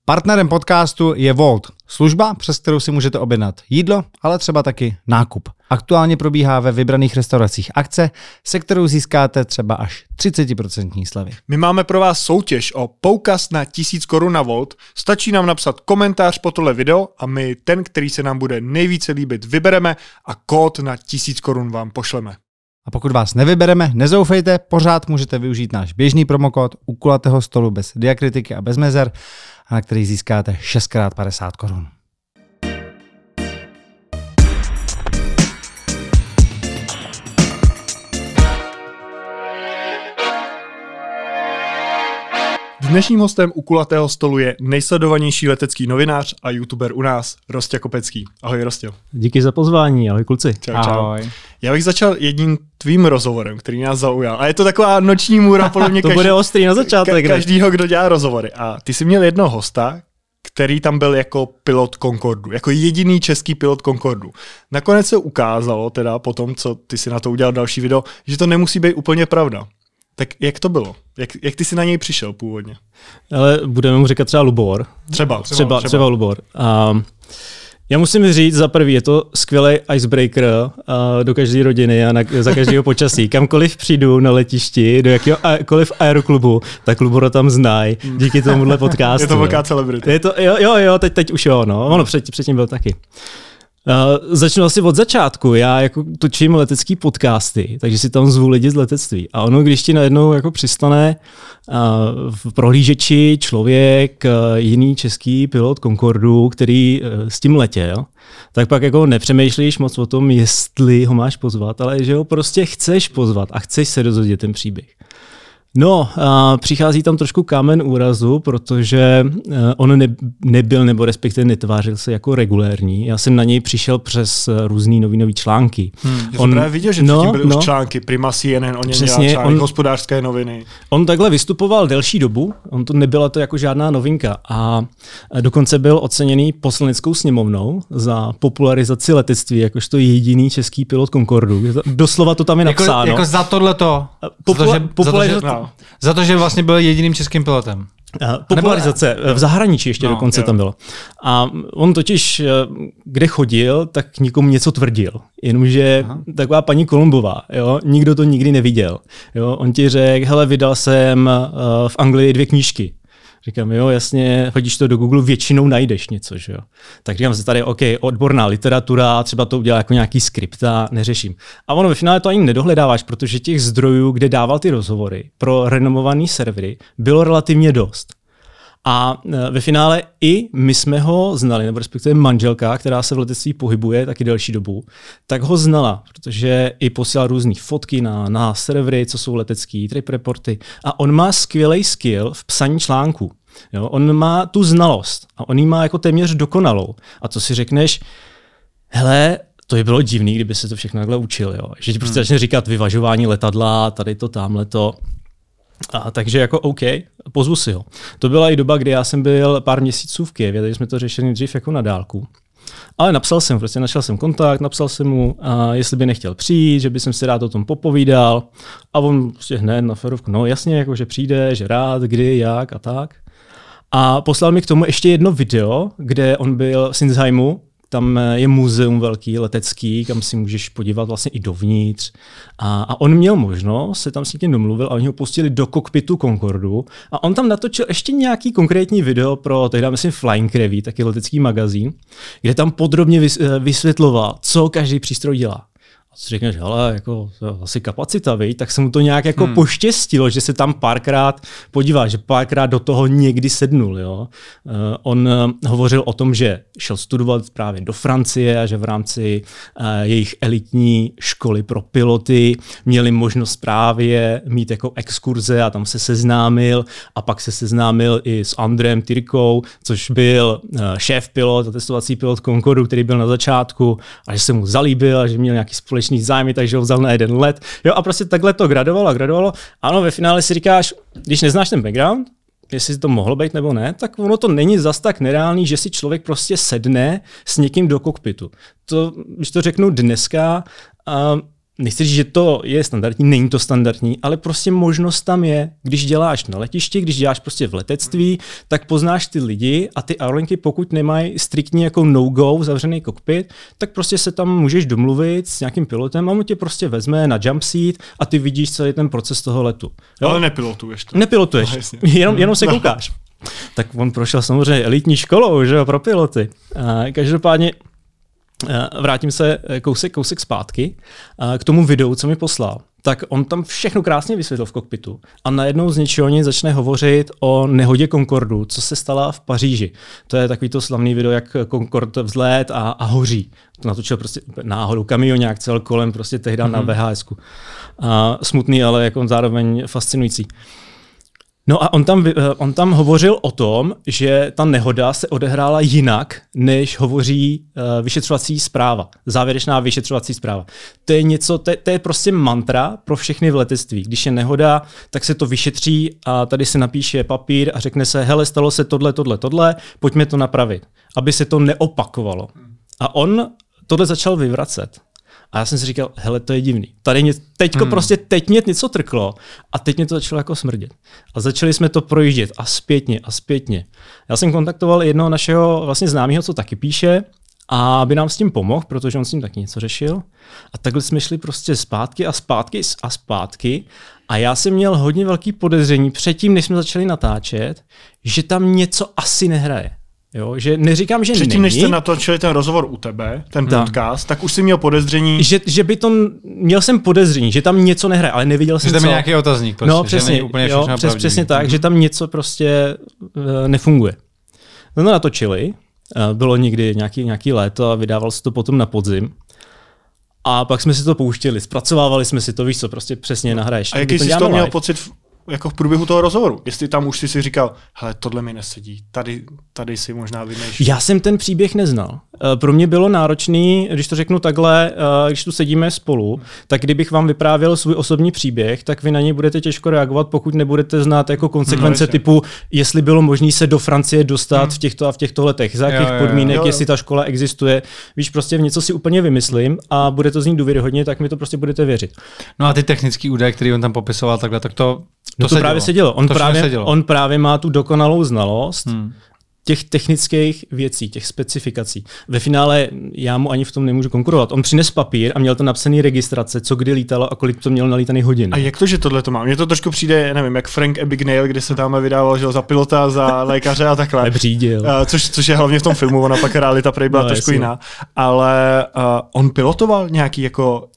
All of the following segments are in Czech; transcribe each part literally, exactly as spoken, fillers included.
Partnerem podcastu je Wolt, služba, přes kterou si můžete objednat jídlo, ale třeba taky nákup. Aktuálně probíhá ve vybraných restauracích akce, se kterou získáte třeba až třicet procent slevy. My máme pro vás soutěž o poukaz na tisíc korun na Wolt. Stačí nám napsat komentář po tohle video a my ten, který se nám bude nejvíce líbit, vybereme a kód na tisíc korun vám pošleme. A pokud vás nevybereme, nezoufejte, pořád můžete využít náš běžný promokód u kulatého stolu bez diakritiky a bez mezer, na který získáte šest krát padesát korun. Dnešním hostem u kulatého stolu je nejsledovanější letecký novinář a youtuber u nás, Rostě Kopecký. Ahoj, Rostě. Díky za pozvání, ahoj kluci. Čau, čau. Ahoj. Já bych začal jedním tvým rozhovorem, který nás zaujal. A je to taková noční můra podle mě to každý, bude ostrý na začátek. Ka- každýho, kdo dělá rozhovory. A ty jsi měl jednoho hosta, který tam byl jako pilot Concordu, jako jediný český pilot Concordu. Nakonec se ukázalo, teda po tom, co ty si na to udělal další video, že to nemusí být úplně pravda. Tak jak to bylo? Jak, jak ty jsi na něj přišel původně? Ale budeme mu říkat třeba Lubor. Třeba. Třeba, třeba, třeba Lubor. Um, já musím říct, za prvý, je to skvělý icebreaker uh, do každé rodiny a na, za každého počasí. Kamkoliv přijdu na letišti, do jakéhokoliv aeroklubu, tak Lubora tam znají díky tomuhle podcastu. Je to velká celebrita. Je to, jo, jo, jo, teď, teď už jo, no. Ono před, předtím byl taky. Uh, začnu asi od začátku. Já jako točím letecký podcasty, takže si tam zvu lidi z letectví. A ono, když ti najednou jako přistane uh, v prohlížeči člověk, uh, jiný český pilot Concordu, který uh, s tím letěl, tak pak jako nepřemýšlíš moc o tom, jestli ho máš pozvat, ale že ho prostě chceš pozvat a chceš se dozvědět ten příběh. No, a přichází tam trošku kámen úrazu, protože on ne, nebyl, nebo respektive netvářil se jako regulérní. Já jsem na něj přišel přes různý novinový články. Hmm, já jsem právě viděl, že no, tím byly no, už články, Prima C N N, o něm dělal články, on, hospodářské noviny. On takhle vystupoval delší dobu, on to nebyla to jako žádná novinka a dokonce byl oceněný poslaneckou sněmovnou za popularizaci letectví, jakožto jediný český pilot Concordu. Doslova to tam je napsáno. Jako, jako za tohleto. Popula- za to, že, popularizace, za to, že, no. Za to, že vlastně byl jediným českým pilotem. Popularizace v zahraničí ještě no, dokonce jo. tam bylo. A on totiž, kde chodil, tak nikomu něco tvrdil. Jenomže Aha. taková paní Kolumbová, jo, nikdo to nikdy neviděl. Jo, on ti řekl, hele, vydal jsem v Anglii dvě knížky. Říkám, jo, jasně, hodíš to do Google, většinou najdeš něco, že jo. Tak říkám si tady, OK, odborná literatura, třeba to udělá jako nějaký skript a neřeším. A ono ve finále to ani nedohledáváš, protože těch zdrojů, kde dával ty rozhovory pro renomovaný servery, bylo relativně dost. A ve finále i my jsme ho znali, nebo respektive manželka, která se v letectví pohybuje taky delší dobu, tak ho znala, protože i posílal různý fotky na, na servery, co jsou letecký, trip reporty. A on má skvělý skill v psaní článků. Jo? On má tu znalost a on ji má jako téměř dokonalou. A to si řekneš, hele, to by bylo divný, kdyby se to všechno takhle učil. Jo? Že ti prostě hmm. začne říkat vyvažování letadla, tady to, tamhle to. A takže jako OK, pozvu si ho. To byla i doba, kdy já jsem byl pár měsíců v Kyjevě, takže jsme to řešili dřív jako na dálku. Ale napsal jsem, prostě našel jsem kontakt, napsal jsem mu, a jestli by nechtěl přijít, že by jsem si rád o tom popovídal. A on prostě hned na ferovku, no jasně, jako že přijde, že rád, kdy, jak a tak. A poslal mi k tomu ještě jedno video, kde on byl v Sinsheimu. Tam je muzeum velký, letecký, kam si můžeš podívat vlastně i dovnitř. A, a on měl možnost, se tam s někým domluvil a oni ho pustili do kokpitu Concordu a on tam natočil ještě nějaký konkrétní video pro, tehdy myslím Flying Review, taky letecký magazín, kde tam podrobně vysvětloval, co každý přístroj dělá. A si řekneš, hele, jako asi kapacita, viď? Tak se mu to nějak jako hmm. poštěstilo, že se tam párkrát podívá, že párkrát do toho někdy sednul. Jo? Uh, on uh, hovořil o tom, že šel studovat právě do Francie a že v rámci uh, jejich elitní školy pro piloty měli možnost právě mít jako exkurze a tam se seznámil a pak se seznámil i s Andreem Tyrkou, což byl uh, šéf pilot a testovací pilot Concordu, který byl na začátku a že se mu zalíbil a že měl nějaký společný zájmy, takže ho vzal na jeden let. Jo, a prostě takhle to gradovalo a gradovalo. Ano, ve finále si říkáš, když neznáš ten background, jestli to mohlo být nebo ne, tak ono to není zas tak nereálný, že si člověk prostě sedne s někým do kokpitu. To, když to řeknu dneska, uh, nechci říct, že to je standardní, není to standardní, ale prostě možnost tam je. Když děláš na letišti, když děláš prostě v letectví, tak poznáš ty lidi a ty aerolinky, pokud nemají striktní jako no-go zavřený kokpit, tak prostě se tam můžeš domluvit s nějakým pilotem a on tě prostě vezme na jump seat a ty vidíš celý ten proces toho letu. Jo? Ale nepilotuješ to. Nepilotuješ, no, jenom, jenom se koukáš. Tak on prošel samozřejmě elitní školou, že jo, pro piloty. A každopádně vrátím se kousek, kousek zpátky k tomu videu, co mi poslal. Tak on tam všechno krásně vysvětlil v kokpitu a najednou z ničeho nic začne hovořit o nehodě Concordu, co se stala v Paříži. To je takový to slavný video, jak Concorde vzlét a, a hoří. To natočil prostě náhodou kamionák cel kolem, prostě tehdy mm-hmm. na V H S ku. A smutný, ale jako zároveň fascinující. No a on tam, on tam hovořil o tom, že ta nehoda se odehrála jinak, než hovoří uh, vyšetřovací zpráva, závěrečná vyšetřovací zpráva. To je něco, to je, to je prostě mantra pro všechny v letectví. Když je nehoda, tak se to vyšetří a tady se napíše papír a řekne se, hele, stalo se tohle, tohle, tohle, pojďme to napravit, aby se to neopakovalo. A on tohle začal vyvracet. A já jsem si říkal, hele, to je divný. Tady ně, teďko hmm. prostě teď mě něco trklo a teď mě to začalo jako smrdět. A začali jsme to projíždět a zpětně a zpětně. Já jsem kontaktoval jednoho našeho vlastně známého, co taky píše, a aby nám s tím pomohl, protože on s tím taky něco řešil. A takhle jsme šli prostě zpátky a zpátky a zpátky. A já jsem měl hodně velký podezření předtím, než jsme začali natáčet, že tam něco asi nehraje. Jo, že neříkám, že Předtím, není. než jste natočili ten rozhovor u tebe, ten da. podcast, tak už jsi měl podezření. Že, že by to, měl jsem podezření, že tam něco nehraje, ale neviděl jsem, že tam co. je nějaký otazník, prostě, no, přesně, že není úplně jo, přes, přesně tak, mm-hmm. že tam něco prostě uh, nefunguje. No, no natočili, uh, bylo někdy nějaký, nějaký léto a vydával se to potom na podzim. A pak jsme si to pouštěli, zpracovávali jsme si to, víš co, prostě přesně nahraješ. A jaký jsi to měl pocit v, jako v průběhu toho rozhovoru? Jestli tam už jsi si říkal, hele, tohle mi nesedí, tady, tady si možná vymýšlíš. Já jsem ten příběh neznal. Pro mě bylo náročný, když to řeknu takhle, když tu sedíme spolu, tak kdybych vám vyprávěl svůj osobní příběh, tak vy na něj budete těžko reagovat, pokud nebudete znát jako konsekvence hmm, typu, jestli bylo možné se do Francie dostat hmm. v těchto a v těchto letech, za jakých jo, podmínek, jo, jo. jestli ta škola existuje. Víš, prostě v něco si úplně vymyslím a bude to znít důvěryhodně, tak mi to prostě budete věřit. No a ty technický údaje, který on tam popisoval takhle, tak to To, no to právě se dělo. On, právě, on právě má tu dokonalou znalost hmm. těch technických věcí, těch specifikací. Ve finále já mu ani v tom nemůžu konkurovat. On přines papír a měl to napsaný registrace, co kdy lítalo a kolik to mělo nalítaný hodin. A jak to, že tohle to má? Mně to trošku přijde, nevím, jak Frank Abagnale, kde se tam vydával, že za pilota, za lékaře a takhle. Nebřídil. Uh, což, což je hlavně v tom filmu, ona pak realita prej byla no, trošku jasný. Jiná. Ale uh, on pilotoval nějaký jako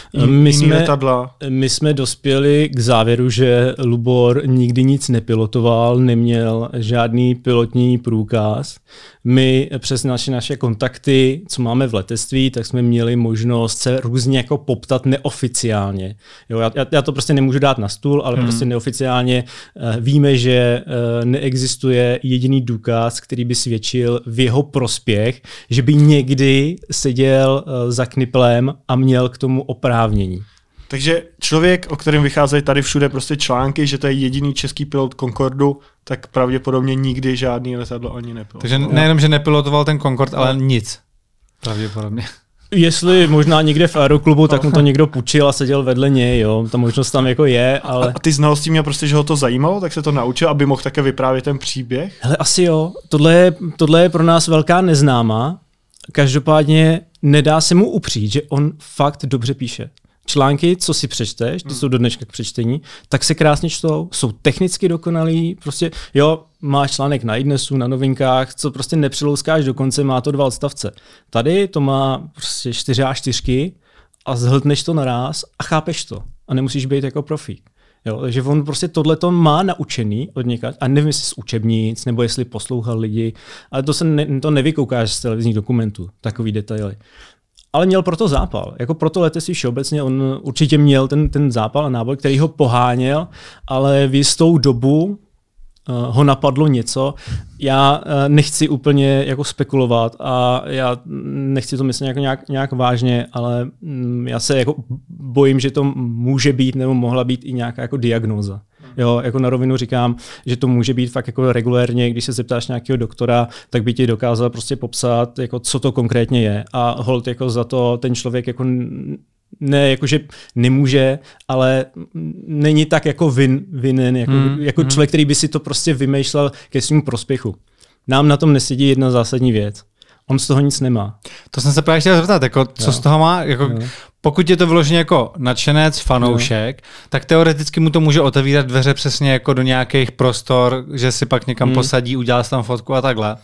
My jsme, my jsme dospěli k závěru, že Lubor nikdy nic nepilotoval, neměl žádný pilotní průkaz. My přes naše, naše kontakty, co máme v letectví, tak jsme měli možnost se různě jako poptat neoficiálně. Jo, já, já to prostě nemůžu dát na stůl, ale hmm. prostě neoficiálně uh, víme, že uh, neexistuje jediný důkaz, který by svědčil v jeho prospěch, že by někdy seděl uh, za kniplem a měl k tomu oprávnění. Takže člověk, o kterém vycházejí tady všude prostě články, že to je jediný český pilot Concordu, tak pravděpodobně nikdy žádný letadlo ani nepilotoval. Takže nejenom, že nepilotoval ten Concorde, ale nic. Pravděpodobně. Jestli možná někde v aeroklubu, tak mu to někdo půjčil a seděl vedle něj, jo. Ta možnost tam jako je, ale... A ty znalosti měl prostě, že ho to zajímalo, tak se to naučil, aby mohl také vyprávět ten příběh? Hele, asi jo. Tohle je, tohle je pro nás velká neznámá. Každopádně nedá se mu upřít, že on fakt dobře píše. Články, co si přečteš, ty hmm. jsou do dneška k přečtení, tak se krásně čtou, jsou technicky dokonalý, prostě jo, máš článek na iDnesu, na Novinkách, co prostě nepřilouskáš do konce, má to dva odstavce. Tady to má prostě čtyři á čtyřky a zhltneš to naráz a chápeš to a nemusíš být jako profík. Jo, takže on prostě tohleto má naučený od někaď a nevím, jestli z učebnic, nebo jestli poslouchal lidi, ale to se ne, to nevykoukáš z televizních dokumentů, takový detaily. Ale měl proto zápal. Jako proto letectví všeobecně on určitě měl ten, ten zápal a náboj, který ho poháněl, ale v jistou dobu uh, ho napadlo něco. Já uh, nechci úplně jako spekulovat a já nechci to myslet jako nějak, nějak vážně, ale um, já se jako bojím, že to může být nebo mohla být i nějaká jako diagnóza. Jo, jako na rovinu říkám, že to může být fakt jako regulérně, když se zeptáš nějakého doktora, tak by ti dokázal prostě popsat, jako co to konkrétně je. A holt jako za to ten člověk jako ne jakože nemůže, ale není tak jako vin, vinen, jako, mm, jako mm. člověk, který by si to prostě vymýšlel ke svým prospěchu. Nám na tom nesedí jedna zásadní věc. On z toho nic nemá. To jsem se právě chtěl zeptat, jako, co jo. z toho má, jako, pokud je to vyloženě jako nadšenec, fanoušek, jo. tak teoreticky mu to může otevírat dveře přesně jako do nějakých prostor, že si pak někam hmm. posadí, udělá si tam fotku a takhle.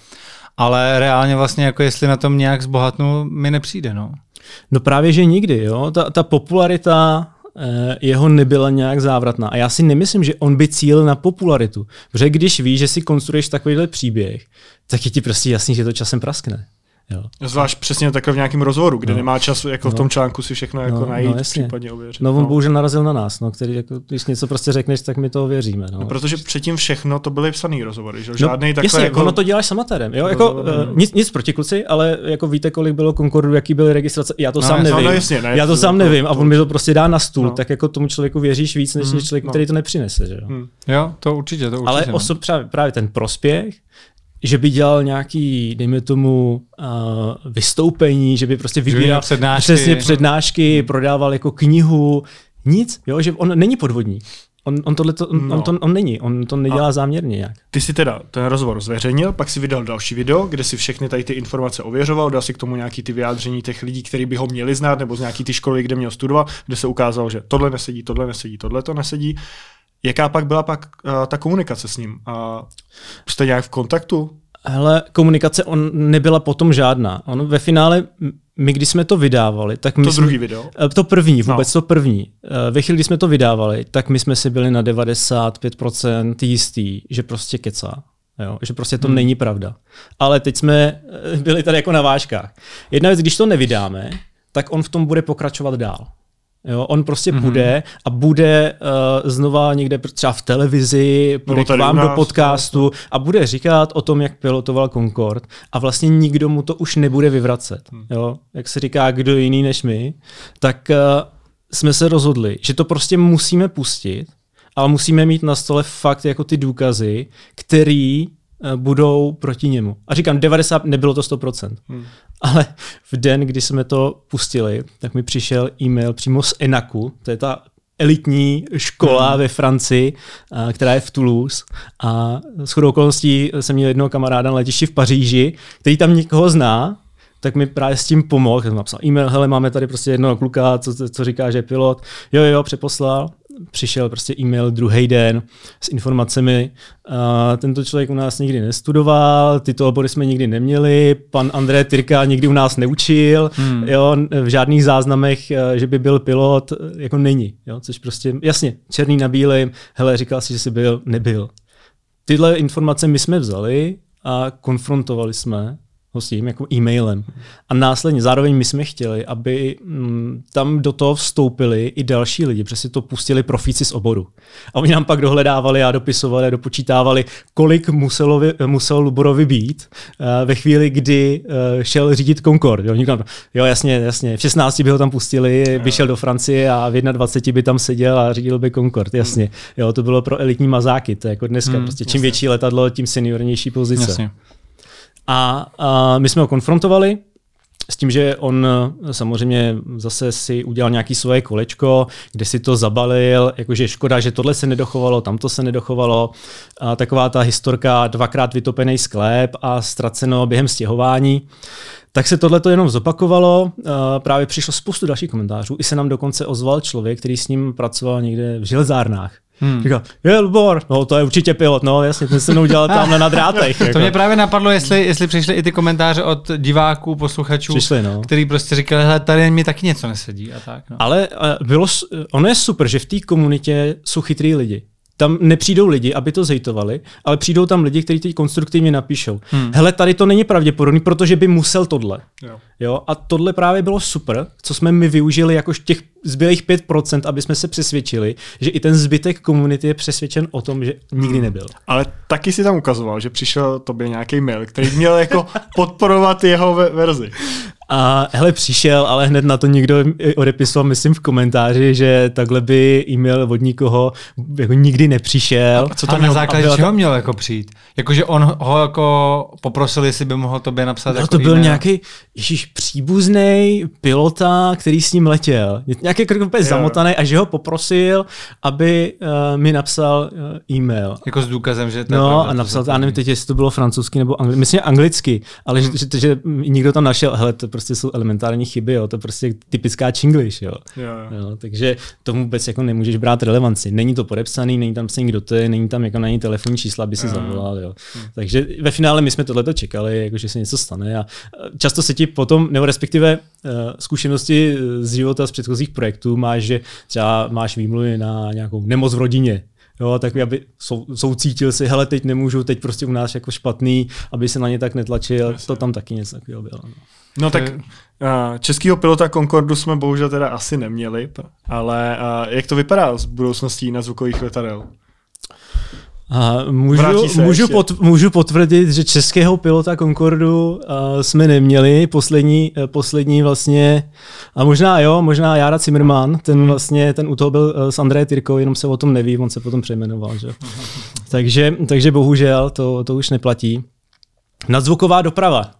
Ale reálně vlastně, jako jestli na tom nějak zbohatnu, mi nepřijde. No, no právě, že nikdy. Jo? Ta, ta popularita eh, jeho nebyla nějak závratná. A já si nemyslím, že on by cílil na popularitu. Protože když víš, že si konstruuješ takovýhle příběh, tak je ti prostě jasný, že to časem praskne. Jo. Zvlášť přesně takhle v nějakém rozhovoru, kde no. nemá čas jako no. v tom článku si všechno jako no, najít, no, případně ověřit. No on no. bohužel narazil na nás, no, který jako, když něco prostě řekneš, tak my to ověříme. No. No, protože předtím všechno to byly psaný rozhovory, že? Žádný no, takhle jasně, jako... ono to děláš s amatérem. Jo? Jako, uh, nic, nic proti kluci, ale jako víte, kolik bylo Concordu, jaký byly registrace, já to no, sám nevím. No, jasně, ne, já to to, sám to, nevím to, a on to, mi to prostě dá na stůl, no. tak jako tomu člověku věříš víc, než, než člověku, no. který to nepřinese. Že? Hmm. Jo, to určitě, to určitě. Ale osob, právě, právě ten prospěch, že by dělal nějaký, dejme tomu, uh, vystoupení, že by prostě vybíral přednášky, přesně přednášky, prodával jako knihu, nic, jo, že on není podvodník. On, on, tohleto, on, no. on, to, on není, on to nedělá a záměrně nějak. Ty si teda ten rozhovor zveřejnil, pak si vydal další video, kde si všechny tady ty informace ověřoval, dal si k tomu nějaký ty vyjádření těch lidí, kteří by ho měli znát, nebo z nějaký ty školy, kde měl studovat, kde se ukázalo, že tohle nesedí, tohle nesedí, tohle to nesedí. Jaká pak byla pak uh, ta komunikace s ním? Uh, jste nějak v kontaktu? Hele, komunikace on nebyla potom žádná. On ve finále, my když jsme to vydávali, tak my To jsme, druhý video? To první, vůbec no. to první. Ve chvíli, kdy jsme to vydávali, tak my jsme si byli na devadesát pět procent jistý, že prostě kecá. Jo? Že prostě to hmm. není pravda. Ale teď jsme byli tady jako na vážkách. Jedna věc, když to nevydáme, tak on v tom bude pokračovat dál. Jo, on prostě mm-hmm. půjde a bude uh, znova někde třeba v televizi, bude k vám do podcastu a bude říkat o tom, jak pilotoval Concorde a vlastně nikdo mu to už nebude vyvracet. Mm. Jo, jak se říká, kdo jiný než my, tak uh, jsme se rozhodli, že to prostě musíme pustit, ale musíme mít na stole fakt jako ty důkazy, který budou proti němu. A říkám, devadesát, nebylo to sto procent. Hmm. Ale v den, kdy jsme to pustili, tak mi přišel e-mail přímo z ENACu, to je ta elitní škola hmm. ve Francii, která je v Toulouse. A shodou okolností jsem měl jednoho kamaráda na letišti v Paříži, který tam někoho zná, tak mi právě s tím pomohl. Jsem napsal e-mail, hele, máme tady prostě jednoho kluka, co, co říká, že je pilot. Jo, jo, přeposlal. Přišel prostě e-mail druhý den s informacemi. Uh, tento člověk u nás nikdy nestudoval, tyto obory jsme nikdy neměli, pan André Tyrka nikdy u nás neučil, hmm. jo, v žádných záznamech, že by byl pilot, jako není. Jo, což prostě, jasně, černý na bílém, hele, říkal si, že jsi byl, nebyl. Tyhle informace my jsme vzali a konfrontovali jsme ho s tím jako e-mailem. A následně zároveň my jsme chtěli, aby m, tam do toho vstoupili i další lidi, protože si to pustili profíci z oboru. A oni nám pak dohledávali a dopisovali a dopočítávali, kolik muselo, muselo Luborovi být uh, ve chvíli, kdy uh, šel řídit Concorde. Jo, říkám, jo, jasně, jasně, v šestnácti by ho tam pustili, by šel do Francie a v dvaceti by tam seděl a řídil by Concorde, jasně. Jo, to bylo pro elitní mazáky, to je jako dneska, hmm, prostě čím jasně. větší letadlo, tím seniornější pozice. Jasně. A, a my jsme ho konfrontovali s tím, že on samozřejmě zase si udělal nějaké svoje kolečko, kde si to zabalil, jakože škoda, že tohle se nedochovalo, tamto se nedochovalo. A taková ta historka, dvakrát vytopený sklep a ztraceno během stěhování. Tak se tohle to jenom zopakovalo, právě přišlo spoustu dalších komentářů, i se nám dokonce ozval člověk, který s ním pracoval někde v železárnách. Hmm. Říkal, je Lubor, no to je určitě pilot, no jasně, ten se mnou dělal tamhle na drátech. Jako. To mě právě napadlo, jestli, jestli přišly i ty komentáře od diváků, posluchačů, přišli, no. který prostě říkali, hele, tady mi taky něco nesedí a tak. No. Ale bylo, ono je super, že v té komunitě jsou chytrý lidi. Tam nepřijdou lidi, aby to zhejtovali, ale přijdou tam lidi, kteří teď konstruktivně napíšou. Hmm. Hele, tady to není pravděpodobný, protože by musel tohle. Jo. Jo? A tohle právě bylo super, co jsme my využili jako těch zbylých pět procent, aby jsme se přesvědčili, že i ten zbytek komunity je přesvědčen o tom, že nikdy nebyl. Ale taky si tam ukazoval, že přišel tobě nějaký mail, který měl jako podporovat jeho verzi. A hele, přišel, ale hned na to někdo odepisoval, myslím, v komentáři, že takhle by e-mail od nikoho jako nikdy nepřišel. A co to a na základě čeho to... měl jako přijít? Jakože on ho jako poprosil, jestli by mohl tobě napsat no, jako to byl e-mail. nějaký, ježiš, příbuznej pilota, který s ním letěl. Nějaký úplně zamotaný a že ho poprosil, aby uh, mi napsal uh, e-mail. Jako s důkazem, že to je No pravda, a napsal, já nevím teď, jestli to bylo francouzsky nebo anglicky, myslím anglicky, ale hmm. že, že, že nikdo tam našel, hele, to prostě jsou elementární chyby, jo, to je prostě typická činglish, jo. Jo, jo. Jo, takže tomu vůbec jako nemůžeš brát relevanci. Není to podepsaný, není tam psaný, kdo to je, není tam jako na ní telefonní čísla, aby si hmm. zavolal, jo. Hmm. Takže ve finále my jsme tohleto čekali, jako, že se něco stane a často se ti potom, nebo respektive uh, zkušenosti z života z předchozích projektů máš, že třeba máš výmluvy na nějakou nemoc v rodině. Jo, tak aby sou, soucítil si, hele, teď nemůžu, teď prostě u nás jako špatný, aby se na ně tak netlačil, to tam taky něco takového bylo. No, no tak uh, českýho pilota Concordu jsme bohužel teda asi neměli, ale uh, jak to vypadá s budoucností na zvukových letadel? A můžu, můžu, pot, můžu potvrdit, že českého pilota Concordu uh, jsme neměli, poslední, uh, poslední vlastně, a možná jo, možná Jára Zimmermann, ten vlastně, ten u toho byl uh, s Andrejem Tyrkou, jenom se o tom neví, on se potom přejmenoval, že? takže, takže bohužel to, to už neplatí. Nadzvuková doprava.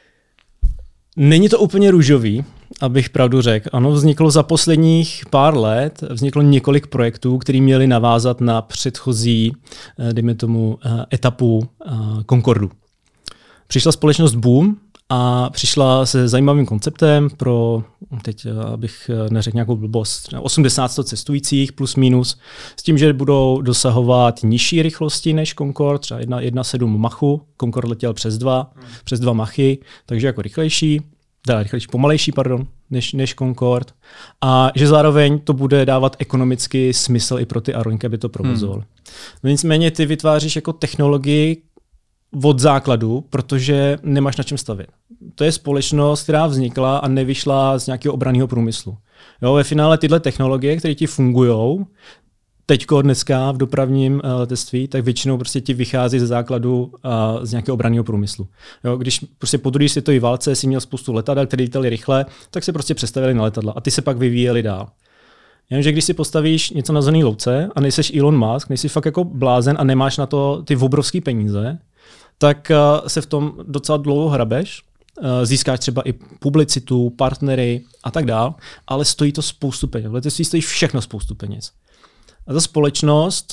Není to úplně růžový, abych pravdu řekl. Ano, vzniklo za posledních pár let, vzniklo několik projektů, které měly navázat na předchozí, dejme tomu, etapu Concordu. Přišla společnost Boom a přišla se zajímavým konceptem pro, teď abych neřekl nějakou blbost, osmdesát sto cestujících plus minus, s tím, že budou dosahovat nižší rychlosti než Concorde, třeba jedna celá sedm machu, Concorde letěl přes dva, hmm. přes dva machy, takže jako rychlejší, teda rychlejší, pomalejší, pardon, než, než Concorde, a že zároveň to bude dávat ekonomicky smysl i pro ty aerolinky, aby to provozoval. Hmm. No nicméně ty vytváříš jako technologii od základu, protože nemáš na čem stavět. To je společnost, která vznikla a nevyšla z nějakého obranného průmyslu. Jo, ve finále tyhle technologie, které ti fungujou, teďko dneska v dopravním uh, letectví, tak většinou prostě ti vychází ze základu uh, z nějakého obranného průmyslu. Jo, když prostě po druhé světové válce si měl spoustu letadel, které lítaly rychle, tak se prostě přestavili na letadla a ty se pak vyvíjeli dál. Jenže když si postavíš něco na zelený louce a nejseš Elon Musk, nejsi fakt jako blázen a nemáš na to ty obrovský peníze, tak uh, se v tom docela dlouho hrabeš, uh, získáš třeba i publicitu, partnery a tak dál, ale stojí to spoustu peněz. V letectví stojí všechno spoustu peněz. A ta společnost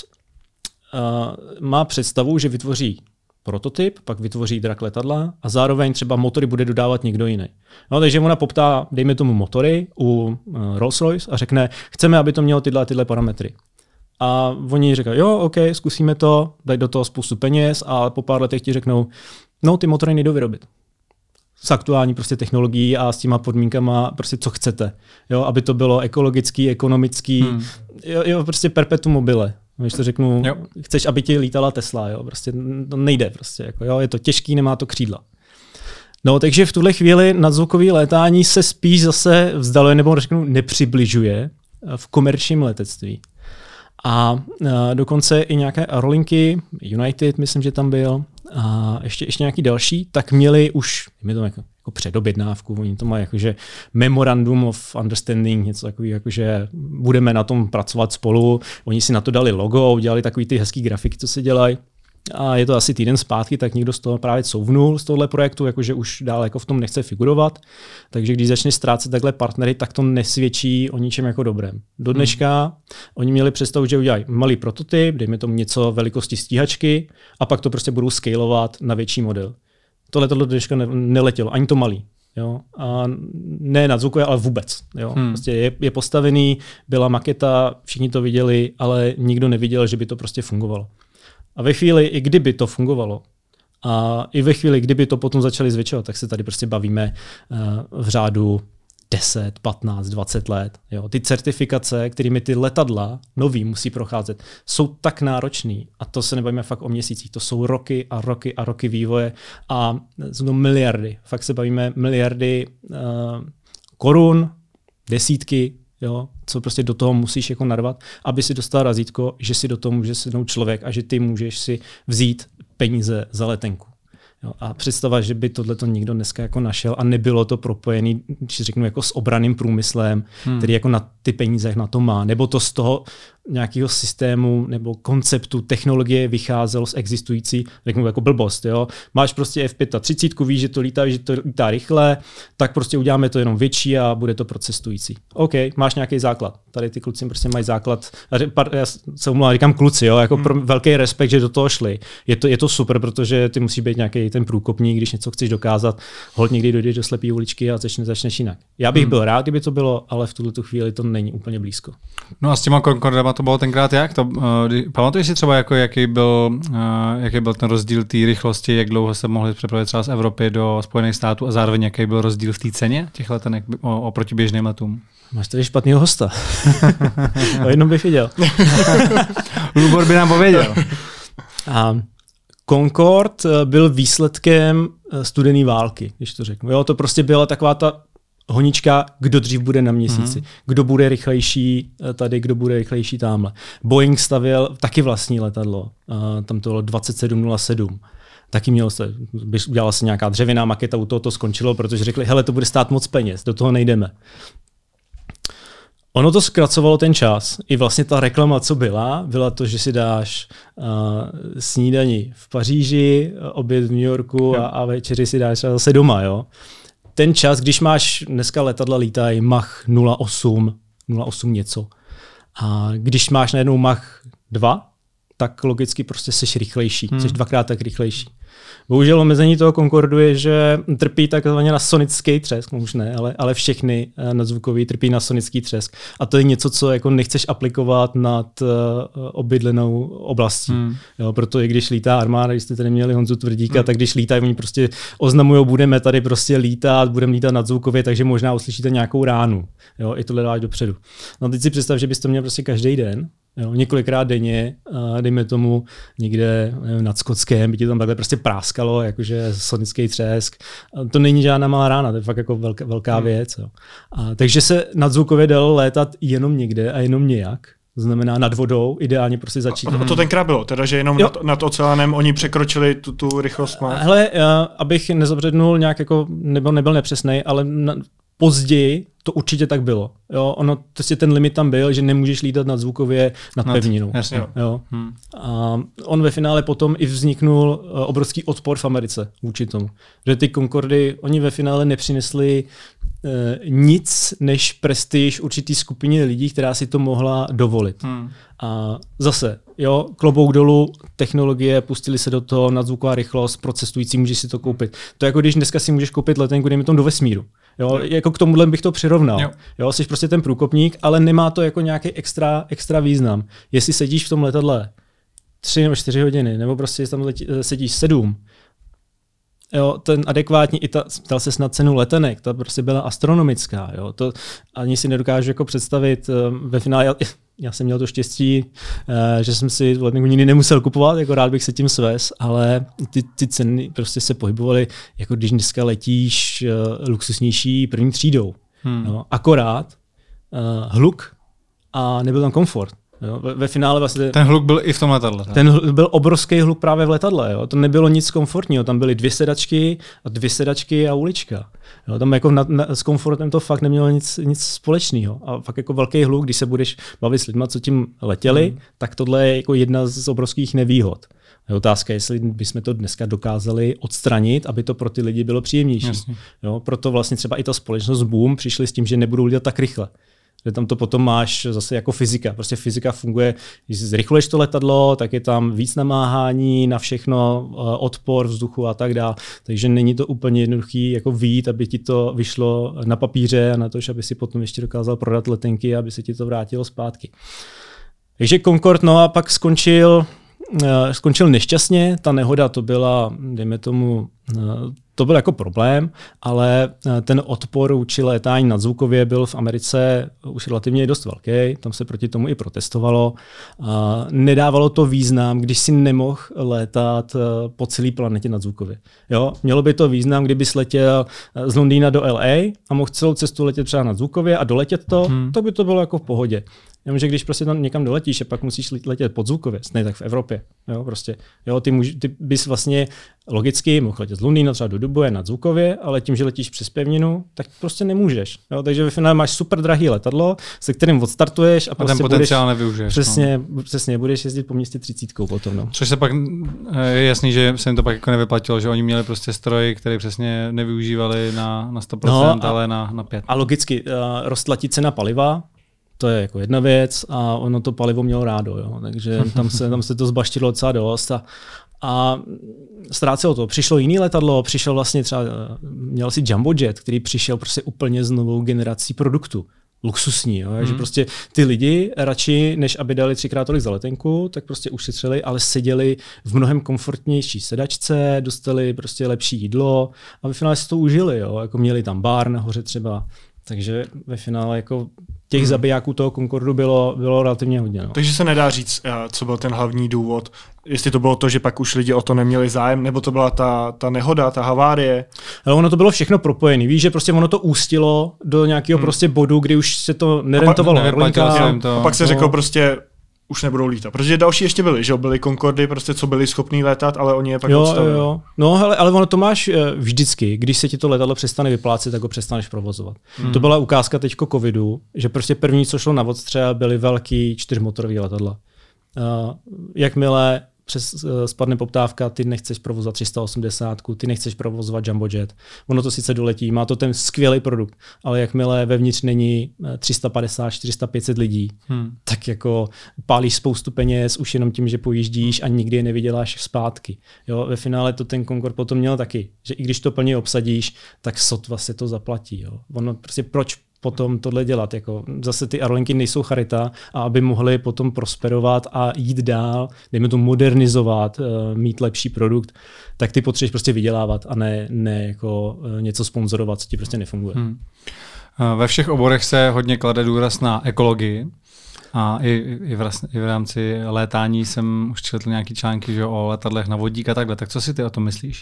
uh, má představu, že vytvoří prototyp, pak vytvoří drak letadla a zároveň třeba motory bude dodávat někdo jiný. No, takže ona poptá, dejme tomu motory u uh, Rolls-Royce a řekne, chceme, aby to mělo tyhle tyhle parametry. A oni říkají, jo, OK, zkusíme to, dají do toho spoustu peněz a po pár letech ti řeknou, no, ty motory nejdou vyrobit. S aktuální prostě technologií a s těma podmínkama, prostě co chcete. Jo, aby to bylo ekologický, ekonomický, hmm. jo, jo, prostě perpetuum mobile. Když to řeknu, jo. Chceš, aby ti lítala Tesla, jo, prostě to nejde prostě, jako, jo, je to těžký, nemá to křídla. No, takže v tuhle chvíli nadzvukové létání se spíš zase vzdaluje, nebo řeknu nepřibližuje v komerčním letectví. A dokonce i nějaké aerolinky, United, myslím, že tam byl, a ještě, ještě nějaký další, tak měli už, my to jako, jako předobjednávku, oni to mají jakože memorandum of understanding, něco takového, jakože budeme na tom pracovat spolu, oni si na to dali logo, udělali takový ty hezký grafiky, co se dělají. A je to asi týden zpátky, tak někdo z toho právě couvnul z tohohle projektu, jakože už dál jako v tom nechce figurovat. Takže když začne ztrácet takhle partnery, tak to nesvědčí o ničem jako dobrém. Do dneška hmm. oni měli představu, že udělají malý prototyp, dejme tomu něco velikosti stíhačky a pak to prostě budou scalovat na větší model. Tohle do dneška ne- neletělo, ani to malý. Jo? A ne nadzvukuje, ale vůbec. Jo? Hmm. Prostě je, je postavený, byla maketa, všichni to viděli, ale nikdo neviděl, že by to prostě fungovalo. A ve chvíli, i kdyby to fungovalo, a i ve chvíli, kdyby to potom začali zvětšovat, tak se tady prostě bavíme uh, v řádu deset, patnáct, dvacet let. Jo. Ty certifikace, kterými ty letadla nový musí procházet, jsou tak náročný, a to se nebavíme fakt o měsících, to jsou roky a roky a roky vývoje a jsou to miliardy. Fakt se bavíme miliardy uh, korun, desítky, jo, co prostě do toho musíš jako narvat, aby si dostal razítko, že si do toho může sednout člověk a že ty můžeš si vzít peníze za letenku. Jo, a představa, že by tohleto někdo dneska jako našel a nebylo to propojený, když řeknu, jako s obranným průmyslem, hmm. který jako na ty peníze na to má, nebo to z toho nějakého systému nebo konceptu technologie vycházelo z existující, řeknu jako blbost. Jo? Máš prostě F třicet pět, víš, že to lítá, že to lítá rychle, tak prostě uděláme to jenom větší a bude to pro cestující. OK, máš nějaký základ. Tady ty kluci prostě mají základ. Já se omlouvám, říkám kluci, jo? Jako hmm. pro velký respekt, že do toho šli. Je to, je to super, protože ty musí být nějaký ten průkopník, když něco chceš dokázat, holt někdy dojdeš do slepé uličky a začne, začneš jinak. Já bych hmm. byl rád, kdyby to bylo, ale v tuto chvíli to není úplně blízko. No a s těma Concordama to bylo tenkrát jak? To, uh, pamatuješ si třeba, jako, jaký, byl, uh, jaký byl ten rozdíl té rychlosti, jak dlouho se mohli přepravit třeba z Evropy do Spojených států a zároveň jaký byl rozdíl v té ceně těch letenek oproti běžným letům? Máš tady špatného hosta. O jednom bych viděl. Lubor by nám pověděl. A Concorde byl výsledkem studené války, když to řeknu. Jo, to prostě byla taková ta honička, kdo dřív bude na měsíci, mm-hmm. kdo bude rychlejší tady, kdo bude rychlejší tamhle. Boeing stavěl taky vlastní letadlo, uh, tam to bylo dvacet sedm nula sedm. Taky mělo se, udělala se nějaká dřevěná maketa, u toho to skončilo, protože řekli, hele, to bude stát moc peněz, do toho nejdeme. Ono to zkracovalo ten čas. I vlastně ta reklama, co byla, byla to, že si dáš uh, snídani v Paříži, oběd v New Yorku a, a večeři si dáš třeba zase doma, jo. Ten čas, když máš, dneska letadla lítají Mach nula osm, nula osm něco. A když máš najednou Mach dva, tak logicky prostě seš rychlejší, hmm. seš dvakrát tak rychlejší. Bohužel omezení toho Concordu je, že trpí takzvaně na sonický třesk, no už ne, ale, ale všechny nadzvukový trpí na sonický třesk. A to je něco, co jako nechceš aplikovat nad uh, obydlenou oblastí. Hmm. Jo, proto i když lítá armáda, když jste tady měli Honzu Tvrdíka, hmm. tak když lítají, oni prostě oznamují, budeme tady prostě lítat, budeme lítat nadzvukově, takže možná uslyšíte nějakou ránu. Jo, i tohle dáš dopředu. No teď si představ, že bys to měl prostě každý den. Jo, několikrát denně, a dejme tomu někde nevím, nad Skotskem, by ti tam takhle prostě práskalo, jakože sonický třesk. A to není žádná malá rána, to je fakt jako velká, velká věc. Jo. A, takže se nadzvukově dalo létat jenom někde a jenom nějak. To znamená nad vodou, ideálně prostě začít. A to tenkrát bylo, teda, že jenom nad, nad oceánem oni překročili tu, tu rychlost. Hele, abych nezabřednul nějak jako, nebyl, nebyl nepřesnej, ale na, později to určitě tak bylo. Jo, ono, prostě ten limit tam byl, že nemůžeš lítat nadzvukově nad, nad pevninou. Jasně. Jo. Hmm. A on ve finále potom i vzniknul obrovský odpor v Americe vůči tomu. Že ty Concordy, oni ve finále nepřinesli eh, nic než prestiž určitý skupině lidí, která si to mohla dovolit. Hmm. A zase, jo, klobouk dolů, technologie, pustili se do toho, nadzvuková rychlost, pro cestující můžeš si to koupit. To je jako když dneska si můžeš koupit letenku, dejme tomu do vesmíru. Jo, jako k tomuhle bych to přirovnal. Jo. Jo, jsi prostě ten průkopník, ale nemá to jako nějaký extra, extra význam. Jestli sedíš v tom letadle tři nebo čtyři hodiny, nebo prostě tam letí, sedíš sedm, jo, ten adekvátní, i ta, ptal se snad cenu letenek, ta prostě byla astronomická. Jo, to ani si nedokážu jako představit ve finále. Já, já jsem měl to štěstí, že jsem si letenku nikdy nemusel kupovat, jako rád bych se tím svez, ale ty, ty ceny prostě se pohybovaly, jako když dneska letíš luxusnější první třídou. Hmm. Jo, akorát uh, hluk a nebyl tam komfort. Jo, ve, ve finále vlastně... Ten hluk byl i v tom letadle. Tak? Ten hl, byl obrovský hluk právě v letadle. Jo. To nebylo nic komfortního. Tam byly dvě sedačky a dvě sedačky a ulička. Jo, tam jako na, na, s komfortem to fakt nemělo nic, nic společného. A fakt jako velký hluk, když se budeš bavit s lidmi, co tím letěli, hmm. tak tohle je jako jedna z obrovských nevýhod. Je otázka, jestli bychom to dneska dokázali odstranit, aby to pro ty lidi bylo příjemnější. Jo, proto vlastně třeba i ta společnost Boom přišli s tím, že nebudou dělat tak rychle. Že tam to potom máš zase jako fyzika. Prostě fyzika funguje, když zrychluješ to letadlo, tak je tam víc namáhání na všechno, odpor vzduchu a tak dále. Takže není to úplně jednoduchý jako vyjít, aby ti to vyšlo na papíře a na to, aby si potom ještě dokázal prodat letenky, aby se ti to vrátilo zpátky. Takže Concorde, no a pak skončil Skončil nešťastně, ta nehoda to byla, dejme tomu, to byl jako problém, ale ten odpor vůči létání nadzvukově byl v Americe už relativně dost velký, tam se proti tomu i protestovalo. Nedávalo to význam, když si nemohl létat po celé planetě nadzvukově. Jo? Mělo by to význam, kdybys letěl z Londýna do L A a mohl celou cestu letět třeba nadzvukově a doletět to, hmm. to by to bylo jako v pohodě. Jenomže když prostě tam někam doletíš a pak musíš letět podzvukově, ne tak v Evropě, jo, prostě. Jo, ty, můž, ty bys vlastně logicky mohl letět z Londýna třeba do Dubuje nadzvukově, ale tím, že letíš přes pevninu, tak prostě nemůžeš. Jo, takže ve finále máš super drahý letadlo, se kterým odstartuješ a, a prostě ten potenciál nevyužiješ. Přesně, no. přesně, budeš jezdit po městě třicítkou potom. No. Což se pak je jasný, že se jim to pak jako nevyplatilo, že oni měli prostě stroj, který přesně nevyužívali na, na sto procent, no a, ale na, na pět. A logicky uh, rostla ti cena paliva, to je jako jedna věc a ono to palivo mělo rádo, jo. Takže tam se, tam se to zbaštilo docela dost a, a ztrácelo to. Přišlo jiný letadlo, přišel vlastně třeba, měl si Jumbo Jet, který přišel prostě úplně s novou generací produktu. Luxusní, jo? Hmm. Že prostě ty lidi radši, než aby dali třikrát tolik za letenku, tak prostě ušetřili, ale seděli v mnohem komfortnější sedačce, dostali prostě lepší jídlo a ve finále si to užili, jo? Jako měli tam bar nahoře třeba. Takže ve finále jako těch hmm. zabijáků toho Concordu bylo, bylo relativně hodně. No. Takže se nedá říct, co byl ten hlavní důvod. Jestli to bylo to, že pak už lidi o to neměli zájem, nebo to byla ta, ta nehoda, ta havárie. Ale ono to bylo všechno propojené. Víš, že prostě ono to ústilo do nějakého hmm. prostě bodu, kdy už se to nerentovalo. A pak, to, a pak se no. řeklo prostě, už nebudou lítat. Protože další ještě byly, že byly Concordy, prostě co byli schopní létat, ale oni je pak jo, odstavili. Jo. No hele, ale ono to máš vždycky, když se ti to letadlo přestane vyplácet, tak ho přestaneš provozovat. Hmm. To byla ukázka teďko covidu, že prostě první, co šlo na odstřel, byly velký čtyřmotorový letadla. Uh, jakmile přes uh, spadne poptávka, ty nechceš provozovat tři sta osmdesát, ty nechceš provozovat Jumbo Jet. Ono to sice doletí, má to ten skvělý produkt, ale jakmile vevnitř není tři sta padesát, čtyři sta, pět set lidí, hmm. tak jako pálíš spoustu peněz už jenom tím, že pojíždíš a nikdy je nevyděláš zpátky. Jo, ve finále to ten Concorde potom měl taky, že i když to plně obsadíš, tak sotva se to zaplatí. Jo. Ono prostě proč potom tohle dělat. Jako zase ty aerolinky nejsou charita a aby mohly potom prosperovat a jít dál, dejme to modernizovat, mít lepší produkt, tak ty potřebuješ prostě vydělávat a ne, ne jako něco sponzorovat, co ti prostě nefunguje. Hmm. Ve všech oborech se hodně klade důraz na ekologii a i, i, v, i v rámci létání jsem už četl nějaký články, že o letadlech na vodík a takhle. Tak co si ty o tom myslíš?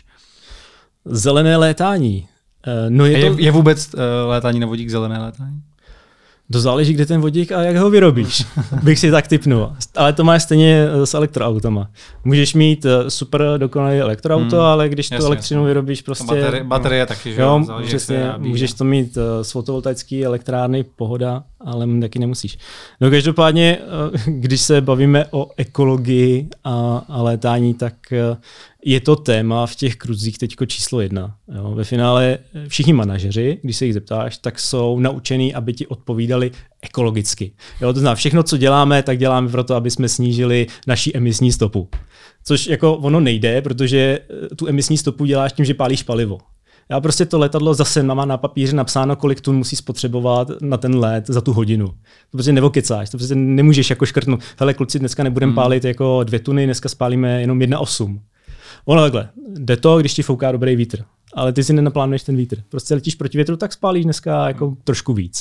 Zelené létání. No je, je, to... je vůbec uh, létání na vodík zelené létání? To záleží, kde ten vodík a jak ho vyrobíš, bych si tak tipnul. Ale to máš stejně s elektroautama. Můžeš mít super dokonalé elektroauto, hmm. ale když jasně, tu elektřinu jasně. vyrobíš prostě... Baterie, baterie no, taky, že jo? Záleží, přesně, můžeš to mít s fotovoltaický elektrárny, pohoda, ale taky nemusíš. No každopádně, když se bavíme o ekologii a, a létání, tak je to téma v těch kruzích teďko číslo jedna. Jo. Ve finále všichni manažeři, když se jich zeptáš, tak jsou naučení, aby ti odpovídali ekologicky. Jo, to znamená, všechno, co děláme, tak děláme proto, aby jsme snížili naši emisní stopu. Což jako ono nejde, protože tu emisní stopu děláš tím, že pálíš palivo. Já prostě to letadlo zase mám na papíře napsáno, kolik tun musí spotřebovat na ten let za tu hodinu. To prostě nevokecáš, to prostě nemůžeš jako škrtnout. Hele kluci, dneska nebudeme hmm. pálit jako dvě tuny, dneska spálíme jenom jedna osm. Ono takhle, jde to, když ti fouká dobrý vítr, ale ty si nenaplánuješ ten vítr. Prostě letíš proti větru, tak spálíš dneska jako trošku víc.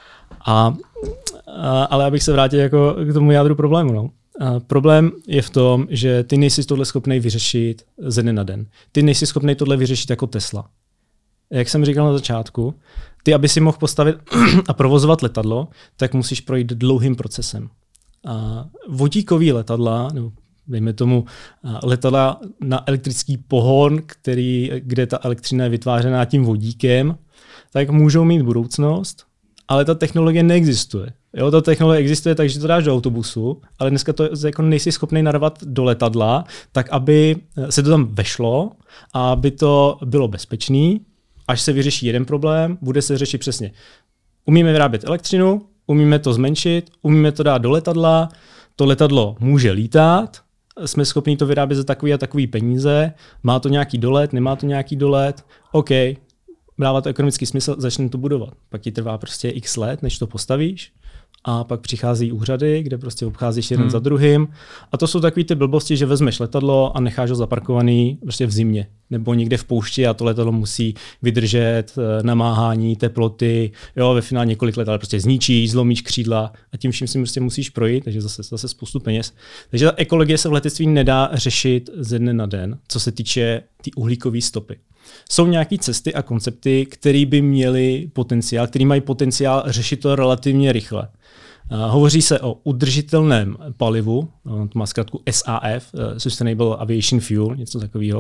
A, a, ale abych se vrátil jako k tomu jádru problému. No. A problém je v tom, že ty nejsi tohle schopný vyřešit ze dne na den. Ty nejsi schopný tohle vyřešit jako Tesla. Jak jsem říkal na začátku, ty, aby si mohl postavit a provozovat letadlo, tak musíš projít dlouhým procesem. A vodíkový letadla, nebo dejme tomu letadla na elektrický pohon, který, kde ta elektřina je vytvářená tím vodíkem, tak můžou mít budoucnost, ale ta technologie neexistuje. Jo, ta technologie existuje tak, že to dáš do autobusu, ale dneska to jako nejsi schopný narvat do letadla, tak aby se to tam vešlo a aby to bylo bezpečný. Až se vyřeší jeden problém, bude se řešit přesně. Umíme vyrábět elektřinu, umíme to zmenšit, umíme to dát do letadla, to letadlo může lítat, jsme schopni to vyrábět za takový a takový peníze, má to nějaký dolet, nemá to nějaký dolet, OK, dává to ekonomický smysl, začne to budovat. Pak ti trvá prostě x let, než to postavíš a pak přichází úřady, kde prostě obcházíš jeden hmm. za druhým a to jsou takový ty blbosti, že vezmeš letadlo a necháš ho zaparkovaný prostě v zimě nebo někde v poušti a to letadlo musí vydržet namáhání, teploty, jo, ve finále několik let, ale prostě zničíš, zlomíš křídla a tím vším si prostě musíš projít, takže zase, zase spoustu peněz. Takže ta ekologie se v letectví nedá řešit ze dne na den, co se týče ty uhlíkové stopy. Jsou nějaké cesty a koncepty, které by měly potenciál, které mají potenciál řešit to relativně rychle. Hovoří se o udržitelném palivu, to má zkrátku S A F, Sustainable Aviation Fuel, něco takového,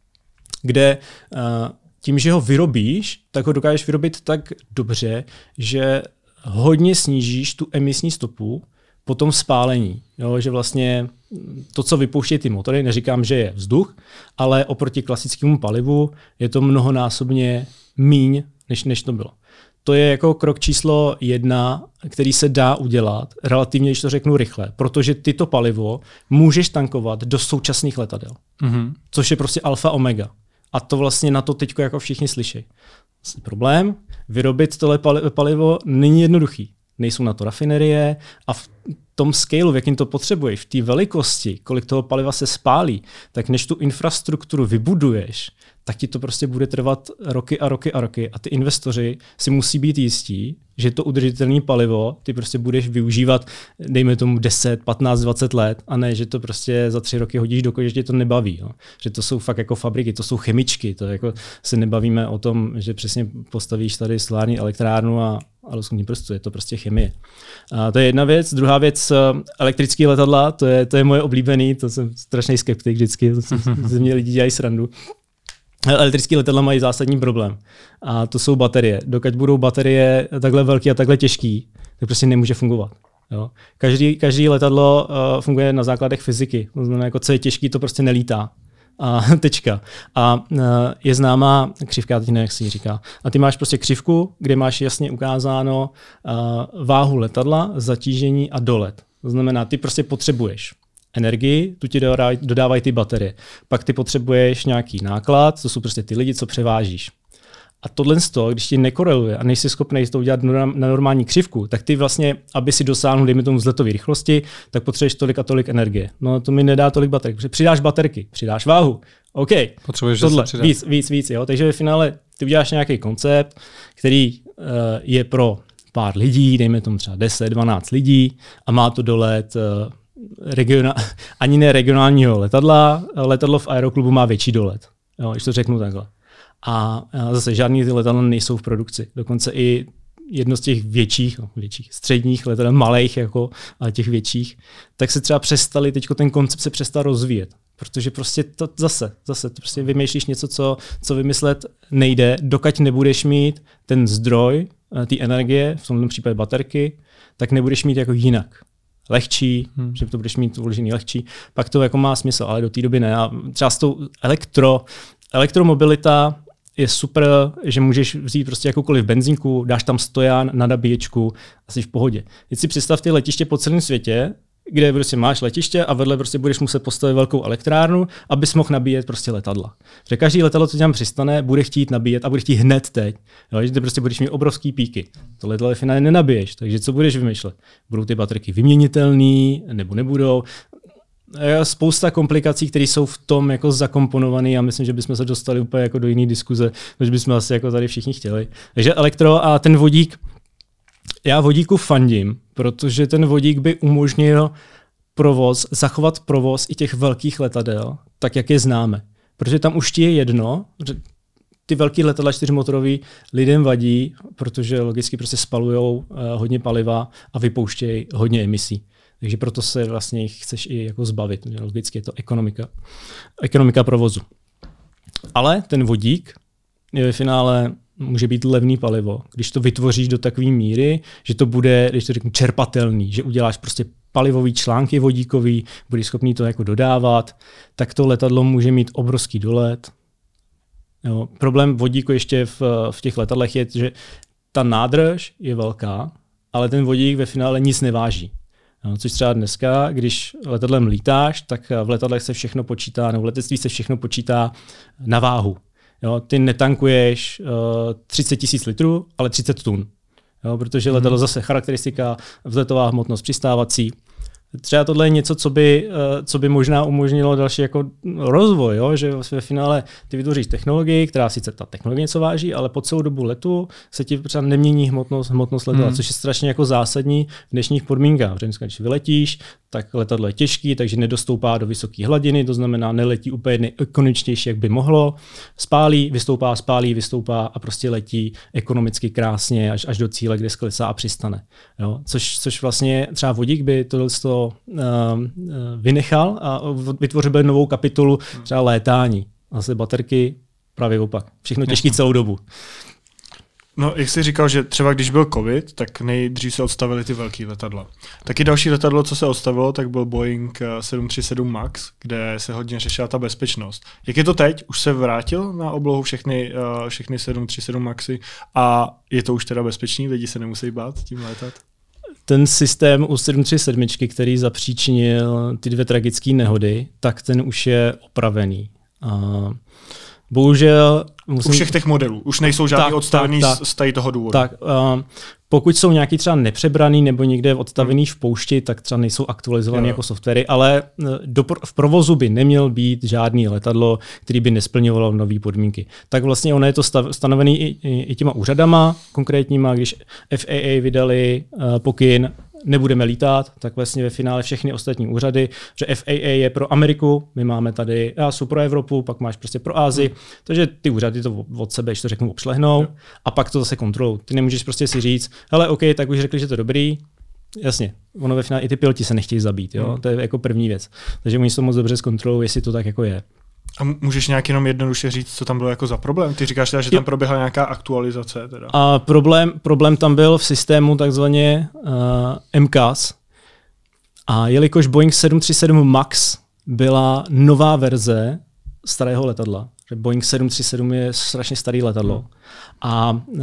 kde tím, že ho vyrobíš, tak ho dokážeš vyrobit tak dobře, že hodně snížíš tu emisní stopu po tom spálení. Jo, že vlastně to, co vypouštějí ty motory, neříkám, že je vzduch, ale oproti klasickému palivu je to mnohonásobně míň, než, než to bylo. To je jako krok číslo jedna, který se dá udělat, relativně, když to řeknu rychle, protože tyto palivo můžeš tankovat do současných letadel, mm-hmm. což je prostě alfa omega. A to vlastně na to teď jako všichni slyší. Problém, vyrobit tohle palivo není jednoduchý. Nejsou na to rafinerie a v tom scaleu, v jakým to potřebuješ, v té velikosti, kolik toho paliva se spálí, tak než tu infrastrukturu vybuduješ, tak ti to prostě bude trvat roky a roky a roky. A ty investoři si musí být jistí, že to udržitelné palivo ty prostě budeš využívat, dejme tomu deset, patnáct, dvacet let, a ne, že to prostě za tři roky hodíš do kože, že tě to nebaví. Jo. Že to jsou fakt jako fabriky, to jsou chemičky, to jako se nebavíme o tom, že přesně postavíš tady solární elektrárnu a a lusknutí prstu, je to prostě chemie. A to je jedna věc. Druhá věc, elektrické letadla, to je, to je moje oblíbený, to jsem strašný skeptik vždycky, to ze mě lidi dělají srandu. Elektrické letadla mají zásadní problém a to jsou baterie. Dokud budou baterie takhle velké a takhle těžký, tak prostě nemůže fungovat. Jo. Každý, každý letadlo uh, funguje na základech fyziky. To znamená, jako co je těžký, to prostě nelítá. A tečka. A uh, je známá křivka, teď nevím, jak si ji říká. A ty máš prostě křivku, kde máš jasně ukázáno uh, váhu letadla, zatížení a dolet. To znamená, ty prostě potřebuješ energii, tu ti dodávají ty baterie. Pak ty potřebuješ nějaký náklad, to jsou prostě ty lidi, co převážíš. A tohle z toho, když ti nekoreluje a nejsi schopný to udělat na normální křivku, tak ty vlastně, aby si dosáhnul, dejme tomu vzletové rychlosti, tak potřebuješ tolik a tolik energie. No to mi nedá tolik baterek. Přidáš baterky, přidáš váhu. OK, potřebuješ tohle, víc, víc, víc. Jo? Takže ve finále ty uděláš nějaký koncept, který uh, je pro pár lidí, dejme tomu třeba deset, dvanáct lidí a má to dolet uh, regiona, ani ne regionálního letadla, letadlo v aeroklubu má větší dolet, jo, když to řeknu takhle. A zase žádný ty letadla nejsou v produkci. Dokonce i jedno z těch větších, no, větších středních letadel, malých jako, ale těch větších, tak se třeba přestali, teďko ten koncept se přestal rozvíjet. Protože prostě to zase, zase to prostě vymýšlíš něco, co, co vymyslet nejde, dokud nebudeš mít ten zdroj, té energie, v tomto případě baterky, tak nebudeš mít jako jinak. Lehčí, hmm. že to budeš mít uložený lehčí, pak to jako má smysl, ale do té doby ne. A třeba s tou elektro, elektromobilita je super, že můžeš vzít prostě jakoukoliv benzínku, dáš tam stojan na nabíječku a jsi v pohodě. Teď si představ ty letiště po celém světě, kde prostě máš letiště a vedle prostě budeš muset postavit velkou elektrárnu, abys mohl nabíjet prostě letadla. Protože každý letadlo, co tam přistane, bude chtít nabíjet a bude chtít hned teď. Jo, že ty prostě budeš mít obrovský píky. To letadlo v finále nenabiješ, takže co budeš vymýšlet? Budou ty baterky vyměnitelné nebo nebudou? Je spousta komplikací, které jsou v tom jako zakomponované a myslím, že bychom se dostali úplně jako do jiné diskuze, než bychom asi jako tady všichni chtěli. Takže elektro a ten vodík, já vodíku fandím, protože ten vodík by umožnil provoz, zachovat provoz i těch velkých letadel, tak jak je známe. Protože tam už ti je jedno, že ty velký letadla čtyřmotorový lidem vadí, protože logicky prostě spalujou uh, hodně paliva a vypouštějí hodně emisí. Takže proto se vlastně chceš i jako zbavit. Logicky je to ekonomika. Ekonomika provozu. Ale ten vodík je ve finále může být levný palivo. Když to vytvoříš do takové míry, že to bude, když to řeknu, čerpatelný, že uděláš prostě palivový články vodíkový, budeš schopný to jako dodávat, tak to letadlo může mít obrovský dolet. Jo. Problém vodíku ještě v, v těch letadlech je, že ta nádrž je velká, ale ten vodík ve finále nic neváží. No, což třeba dneska, když letadlem lítáš, tak v letadlech se všechno počítá, nebo v letectví se všechno počítá na váhu. Jo, ty netankuješ uh, třicet tisíc litrů, ale třicet tun. Jo, protože letadlo zase charakteristika, vzletová hmotnost přistávací, Třeba tohle je něco, co by, co by možná umožnilo další jako rozvoj, jo? Že ve finále ty vytvoříš technologii, která sice ta technologie něco váží, ale po celou dobu letu se ti třeba nemění hmotnost, hmotnost letadla, hmm. což je strašně jako zásadní v dnešních podmínkách. Protože když vyletíš, tak letadlo je těžký, takže nedostoupá do vysoké hladiny, to znamená neletí úplně nejekonomičtější, jak by mohlo. Spálí, vystoupá, spálí, vystoupá a prostě letí ekonomicky krásně až, až do cíle, kde sklesá a přistane. Jo? Což, což vlastně třeba vodík by tohle uh, vynechal a vytvořil by novou kapitolu třeba létání. Zase baterky, právě opak. Všechno těžký celou dobu. No, jak jsi říkal, že třeba když byl covid, tak nejdřív se odstavily ty velké letadla. Taky další letadlo, co se odstavilo, tak byl Boeing sedm tři sedm Max, kde se hodně řešila ta bezpečnost. Jak je to teď? Už se vrátil na oblohu všechny, uh, všechny sedm tři sedm Maxy a je to už teda bezpečný? Lidi se nemusí bát tím létat? Ten systém u sedm tři sedm, který zapříčinil ty dvě tragické nehody, tak ten už je opravený. Uh, Bohužel... Musím... U všech těch modelů. Už nejsou žádný odstavený tak, tak, z tady toho důvodu. Tak, uh, pokud jsou nějaký třeba nepřebraný nebo někde odstavený hmm. v poušti, tak třeba nejsou aktualizovaný jo. jako softwary, ale do, v provozu by neměl být žádný letadlo, který by nesplňovalo nové podmínky. Tak vlastně ono je to stav, stanovený i, i, i těma úřadama konkrétníma, když F A A vydali uh, pokyn, nebudeme lítat, tak vlastně ve finále všechny ostatní úřady, že F A A je pro Ameriku, my máme tady E A S U pro Evropu, pak máš prostě pro Asii, hmm. takže ty úřady to od sebe, když to řeknu, obšlehnou hmm. a pak to zase kontrolují. Ty nemůžeš prostě si říct, hele, OK, tak už řekli, že to je dobrý, jasně, ono ve finále i ty piloti se nechtějí zabít, jo? Hmm. To je jako první věc. Takže oni to moc dobře zkontrolují, jestli to tak jako je. A můžeš nějak jenom jednoduše říct, co tam bylo jako za problém? Ty říkáš teda, že tam proběhla nějaká aktualizace. Teda. A problém, problém tam byl v systému takzvaně uh, M C A S. A jelikož Boeing sedm tři sedm Max byla nová verze starého letadla, že Boeing sedm tři sedm je strašně starý letadlo. Hmm. A uh,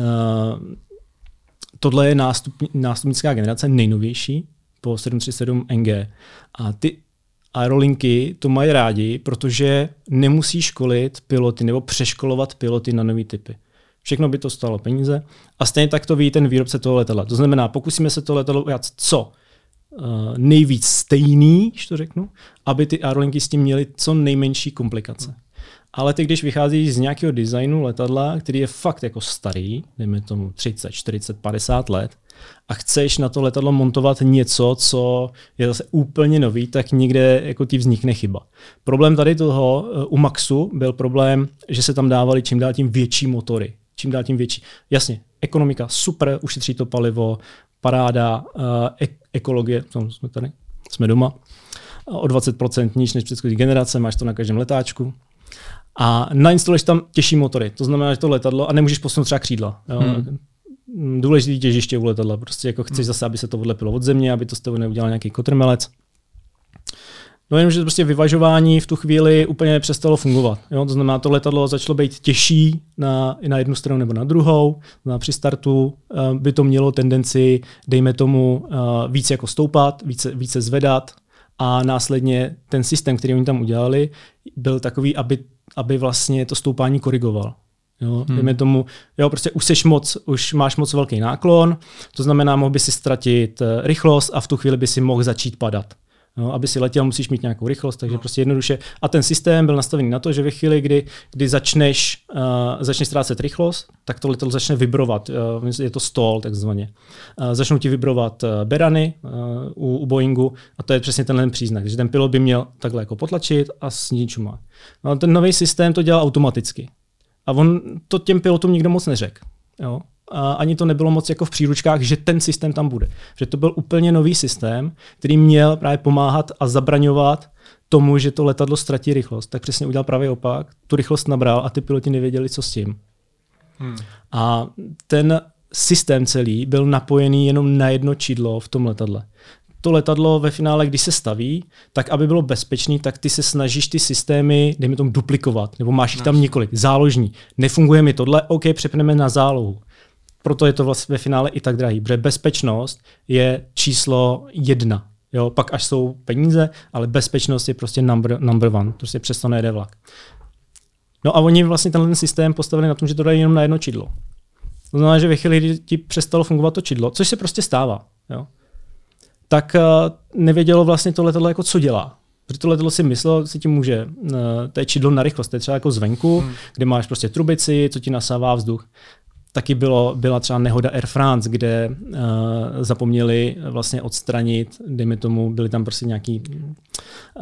tohle je nástup, nástupnická generace, nejnovější po sedm tři sedm N G. A ty aerolinky to mají rádi, protože nemusí školit piloty nebo přeškolovat piloty na nový typy. Všechno by to stálo peníze a stejně tak to ví ten výrobce toho letadla. To znamená, pokusíme se to letadlo udělat co uh, nejvíc stejný, když to řeknu, aby ty aerolinky s tím měly co nejmenší komplikace. Ale ty, když vycházíš z nějakého designu letadla, který je fakt jako starý, dejme tomu třicet, čtyřicet, padesát let, a chceš na to letadlo montovat něco, co je zase úplně nový, tak někde jako ti vznikne chyba. Problém tady toho u Maxu byl problém, že se tam dávaly čím dál tím větší motory. Čím dál tím větší. Jasně, ekonomika super, ušetří to palivo, paráda, ek- ekologie, jsme tady, jsme doma, o dvacet procent níž než předchozí generace, máš to na každém letáčku. A nainstaluješ tam těžší motory, to znamená, že to letadlo, a nemůžeš posunout třeba křídla. Jo. Hmm. Důležitý těžiště u letadla, prostě jako chceš zase, aby se to odlepilo od země, aby to z toho neudělal nějaký kotrmelec. No jenom, že prostě vyvažování v tu chvíli úplně přestalo fungovat. Jo? To znamená, to letadlo začalo být těžší na, na jednu stranu nebo na druhou. Na při startu uh, by to mělo tendenci, dejme tomu, uh, více jako stoupat, více, více zvedat a následně ten systém, který oni tam udělali, byl takový, aby, aby vlastně to stoupání korigoval. Jo, hmm. dejme tomu, jo, prostě už seš moc, už máš moc velký náklon, to znamená, mohl by si ztratit rychlost a v tu chvíli by si mohl začít padat. Jo, aby si letěl, musíš mít nějakou rychlost, takže no. prostě jednoduše. A ten systém byl nastavený na to, že ve chvíli, kdy, kdy začneš, uh, začneš ztrácet rychlost, tak to letadlo začne vibrovat. Uh, je to stall takzvaně. Uh, začnou ti vibrovat uh, berany uh, u, u Boeingu a to je přesně tenhle příznak. Takže ten pilot by měl takhle jako potlačit a snížit čumák. No, ten nový systém to dělal automaticky. A on to těm pilotům nikdo moc neřekl. Jo? A ani to nebylo moc jako v příručkách, že ten systém tam bude. Že to byl úplně nový systém, který měl právě pomáhat a zabraňovat tomu, že to letadlo ztratí rychlost. Tak přesně udělal právě opak. Tu rychlost nabral a ty piloti nevěděli, co s tím. Hmm. A ten systém celý byl napojený jenom na jedno čidlo v tom letadle. To letadlo ve finále, když se staví, tak aby bylo bezpečný, tak ty se snažíš ty systémy, dejme tomu, duplikovat, nebo máš jich tam několik, záložní. Nefunguje mi tohle, OK, přepneme na zálohu. Proto je to vlastně ve finále i tak drahý, protože bezpečnost je číslo jedna. Jo, pak až jsou peníze, ale bezpečnost je prostě number, number one, prostě přesto nejede vlak. No a oni vlastně tenhle systém postavili na tom, že to dají jenom na jedno čidlo. To znamená, že ve chvíli, kdy ti přestalo fungovat to čidlo, což se prostě stává, jo, tak nevědělo vlastně to letadlo jako co dělá. Protože to letadlo si myslelo, si tím může, to je čidlo na rychlost, to je třeba jako zvenku, hmm. kde máš prostě trubici, co ti nasává vzduch. Taky bylo, byla třeba nehoda Air France, kde uh, zapomněli vlastně odstranit, dejme tomu, byly tam prostě nějaký uh,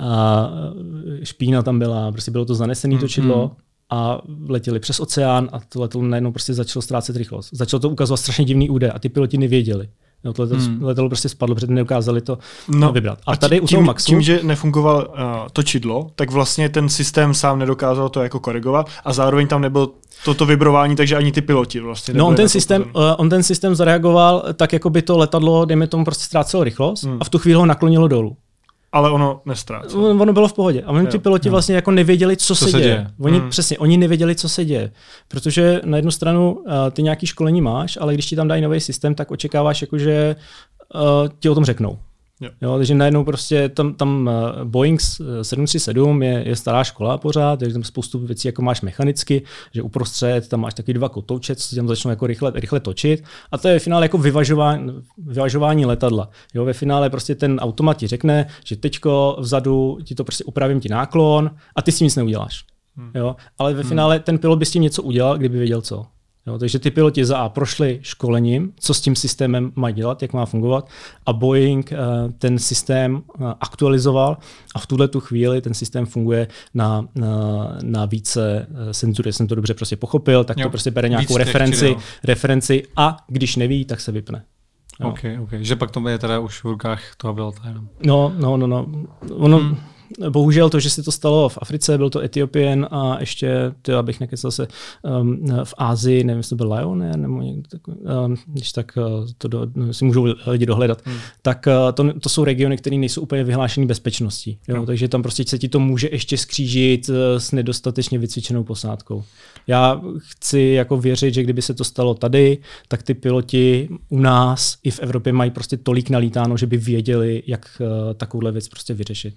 špína tam byla, prostě bylo to zanesené hmm. to čidlo a letěli přes oceán a to letadlo najednou prostě začalo ztrácet rychlost. Začalo to ukazovat strašně divný údaje a ty piloti nevěděli. No, to letadlo, hmm. letadlo prostě spadlo, protože neukázali to no, vybrat. A, a tady tím, u toho Maxu... Tím, že nefungoval uh, to čidlo, tak vlastně ten systém sám nedokázal to jako korigovat a zároveň tam nebylo toto vibrování, takže ani ty piloti vlastně. No on ten, systém, uh, on ten systém zareagoval tak, jako by to letadlo, dejme tomu, prostě ztrácelo rychlost hmm. a v tu chvíli ho naklonilo dolů. Ale ono nestrácelo. Ono bylo v pohodě. A oni ty piloti vlastně jako nevěděli, co, co se, se děje. děje. Oni hmm. přesně, oni nevěděli, co se děje. Protože na jednu stranu uh, ty nějaký školení máš, ale když ti tam dají nový systém, tak očekáváš, jako, že uh, ti o tom řeknou. Jo. Jo, takže najednou prostě tam, tam Boeing sedm tři sedm je, je stará škola pořád, takže tam spoustu věcí jako máš mechanicky, že uprostřed tam máš taky dva kotouče, co tam začnou jako rychle, rychle točit a to je ve finále jako vyvažování, vyvažování letadla. Jo, ve finále prostě ten automat ti řekne, že teďko vzadu ti to prostě upravím ti náklon a ty s tím nic neuděláš. Hmm. Jo, ale ve finále hmm. ten pilot by s tím něco udělal, kdyby věděl co. Jo, takže ty piloti za A prošli školením, co s tím systémem mají dělat, jak má fungovat a Boeing uh, ten systém uh, aktualizoval a v tuhle tu chvíli ten systém funguje na, na, na více senzorů. Jsem to dobře prostě pochopil, tak jo, to prostě bere nějakou referenci, referenci a když neví, tak se vypne. Jo. Okay, okay. Že pak to je teda už v rukách toho pilota. No, no, no, no. Ono, hmm. Bohužel to, že se to stalo v Africe, byl to Ethiopian a ještě, to abych nekecal se, um, v Ázii, nevím, jestli to byl Lion, ne, nebo někdo takový, um, když tak uh, to do, si můžou lidi dohledat, hmm. tak uh, to, to jsou regiony, které nejsou úplně vyhlášené bezpečností. Jo? Hmm. Takže tam prostě se ti to může ještě skřížit uh, s nedostatečně vycvičenou posádkou. Já chci jako věřit, že kdyby se to stalo tady, tak ty piloti u nás i v Evropě mají prostě tolik nalítáno, že by věděli, jak uh, takovouhle věc prostě vyřešit.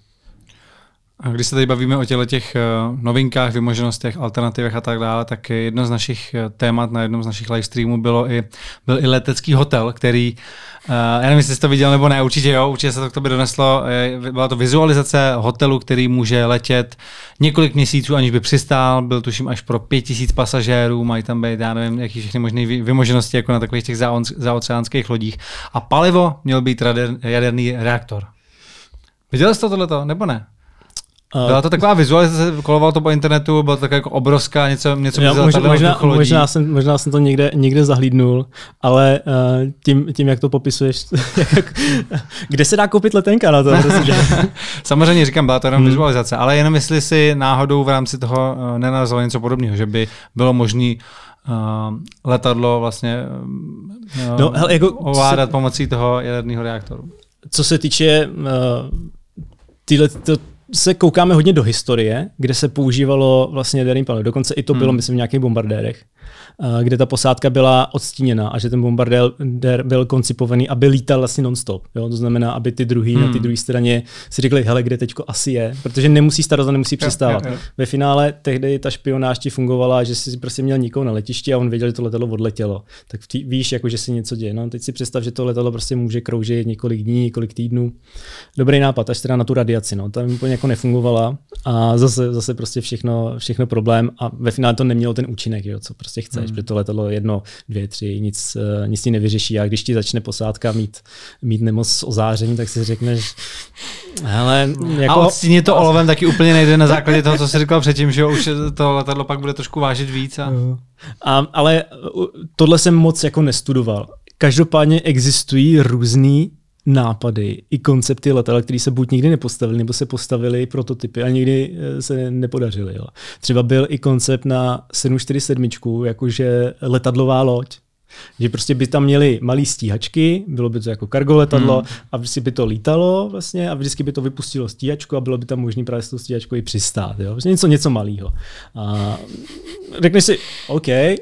A když se tady bavíme o těchto těch novinkách, vymoženostech, alternativech a tak dále, tak jedno z našich témat na jednom z našich live streamů bylo i, byl i letecký hotel, který, já nevím, jestli jste to viděl nebo ne, určitě jo, určitě se to k tobě doneslo, byla to vizualizace hotelu, který může letět několik měsíců, aniž by přistál, byl tuším až pro pět tisíc pasažérů, mají tam být, já nevím, jaký všechny možné vymoženosti, jako na takových těch zaoceánských lodích. A palivo měl být jaderný reaktor. Viděl jsi to tohleto, nebo ne? Byla to taková vizualizace, kolovalo to po internetu, byla to taková jako obrovská, něco, něco já, možná, možná, možná, jsem, možná jsem to někde, někde zahlídnul, ale uh, tím, tím, jak to popisuješ, jak, kde se dá koupit letenka na to? Samozřejmě říkám, byla to jenom hmm. vizualizace, ale jenom jestli si náhodou v rámci toho uh, nenarazilo něco podobného, že by bylo možné uh, letadlo vlastně uh, no, hele, jako, ovládat se, pomocí toho jaderného reaktoru. Co se týče uh, tyhle, to, se koukáme hodně do historie, kde se používalo vlastně jaderný palivo. Dokonce i to bylo, hmm. myslím, v nějakých bombardérech, kde ta posádka byla odstíněna a že ten bombardér byl koncipovaný, aby lítal vlastně non-stop. Jo? To znamená, aby ty druhý hmm. na ty druhé straně si řekli, hele, kde teďko asi je, protože nemusí starat a nemusí přistávat. Jo, jo, jo. Ve finále tehdy ta špionáž ti fungovala, že si prostě měl nikoho na letišti a on věděl, že to letadlo odletělo. Tak ty, víš, jako, že si něco děje. No, teď si představ, že to letadlo prostě může kroužit několik dní, několik týdnů. Dobrý nápad, až teda na tu radiaci. No. Tam úplně jako nefungovala a zase, zase prostě všechno, všechno problém a ve finále to nemělo ten účinek, jo, co prostě chceš, hmm. protože to letadlo jedno, dvě, tři, nic, nic ti nevyřeší a když ti začne posádka mít, mít nemoc s ozářením, tak si řekneš, hele, jako... A odstínit to olovem taky úplně nejde na základě toho, co jsi říkal předtím, že už to letadlo pak bude trošku vážit víc. A... A, ale tohle jsem moc jako nestudoval. Každopádně existují různý nápady i koncepty letadel, které se buď nikdy nepostavily, nebo se postavily prototypy a nikdy se nepodařily. Jo. Třeba byl i koncept na sedm čtyři sedm, jakože letadlová loď. Že prostě by tam měli malý stíhačky, bylo by to jako cargo letadlo hmm. a vždycky by to lítalo vlastně a vždycky by to vypustilo stíhačku a bylo by tam možný právě s tou stíhačkou i přistát. Jo? Vlastně něco, něco malého. A řekneš si, OK, a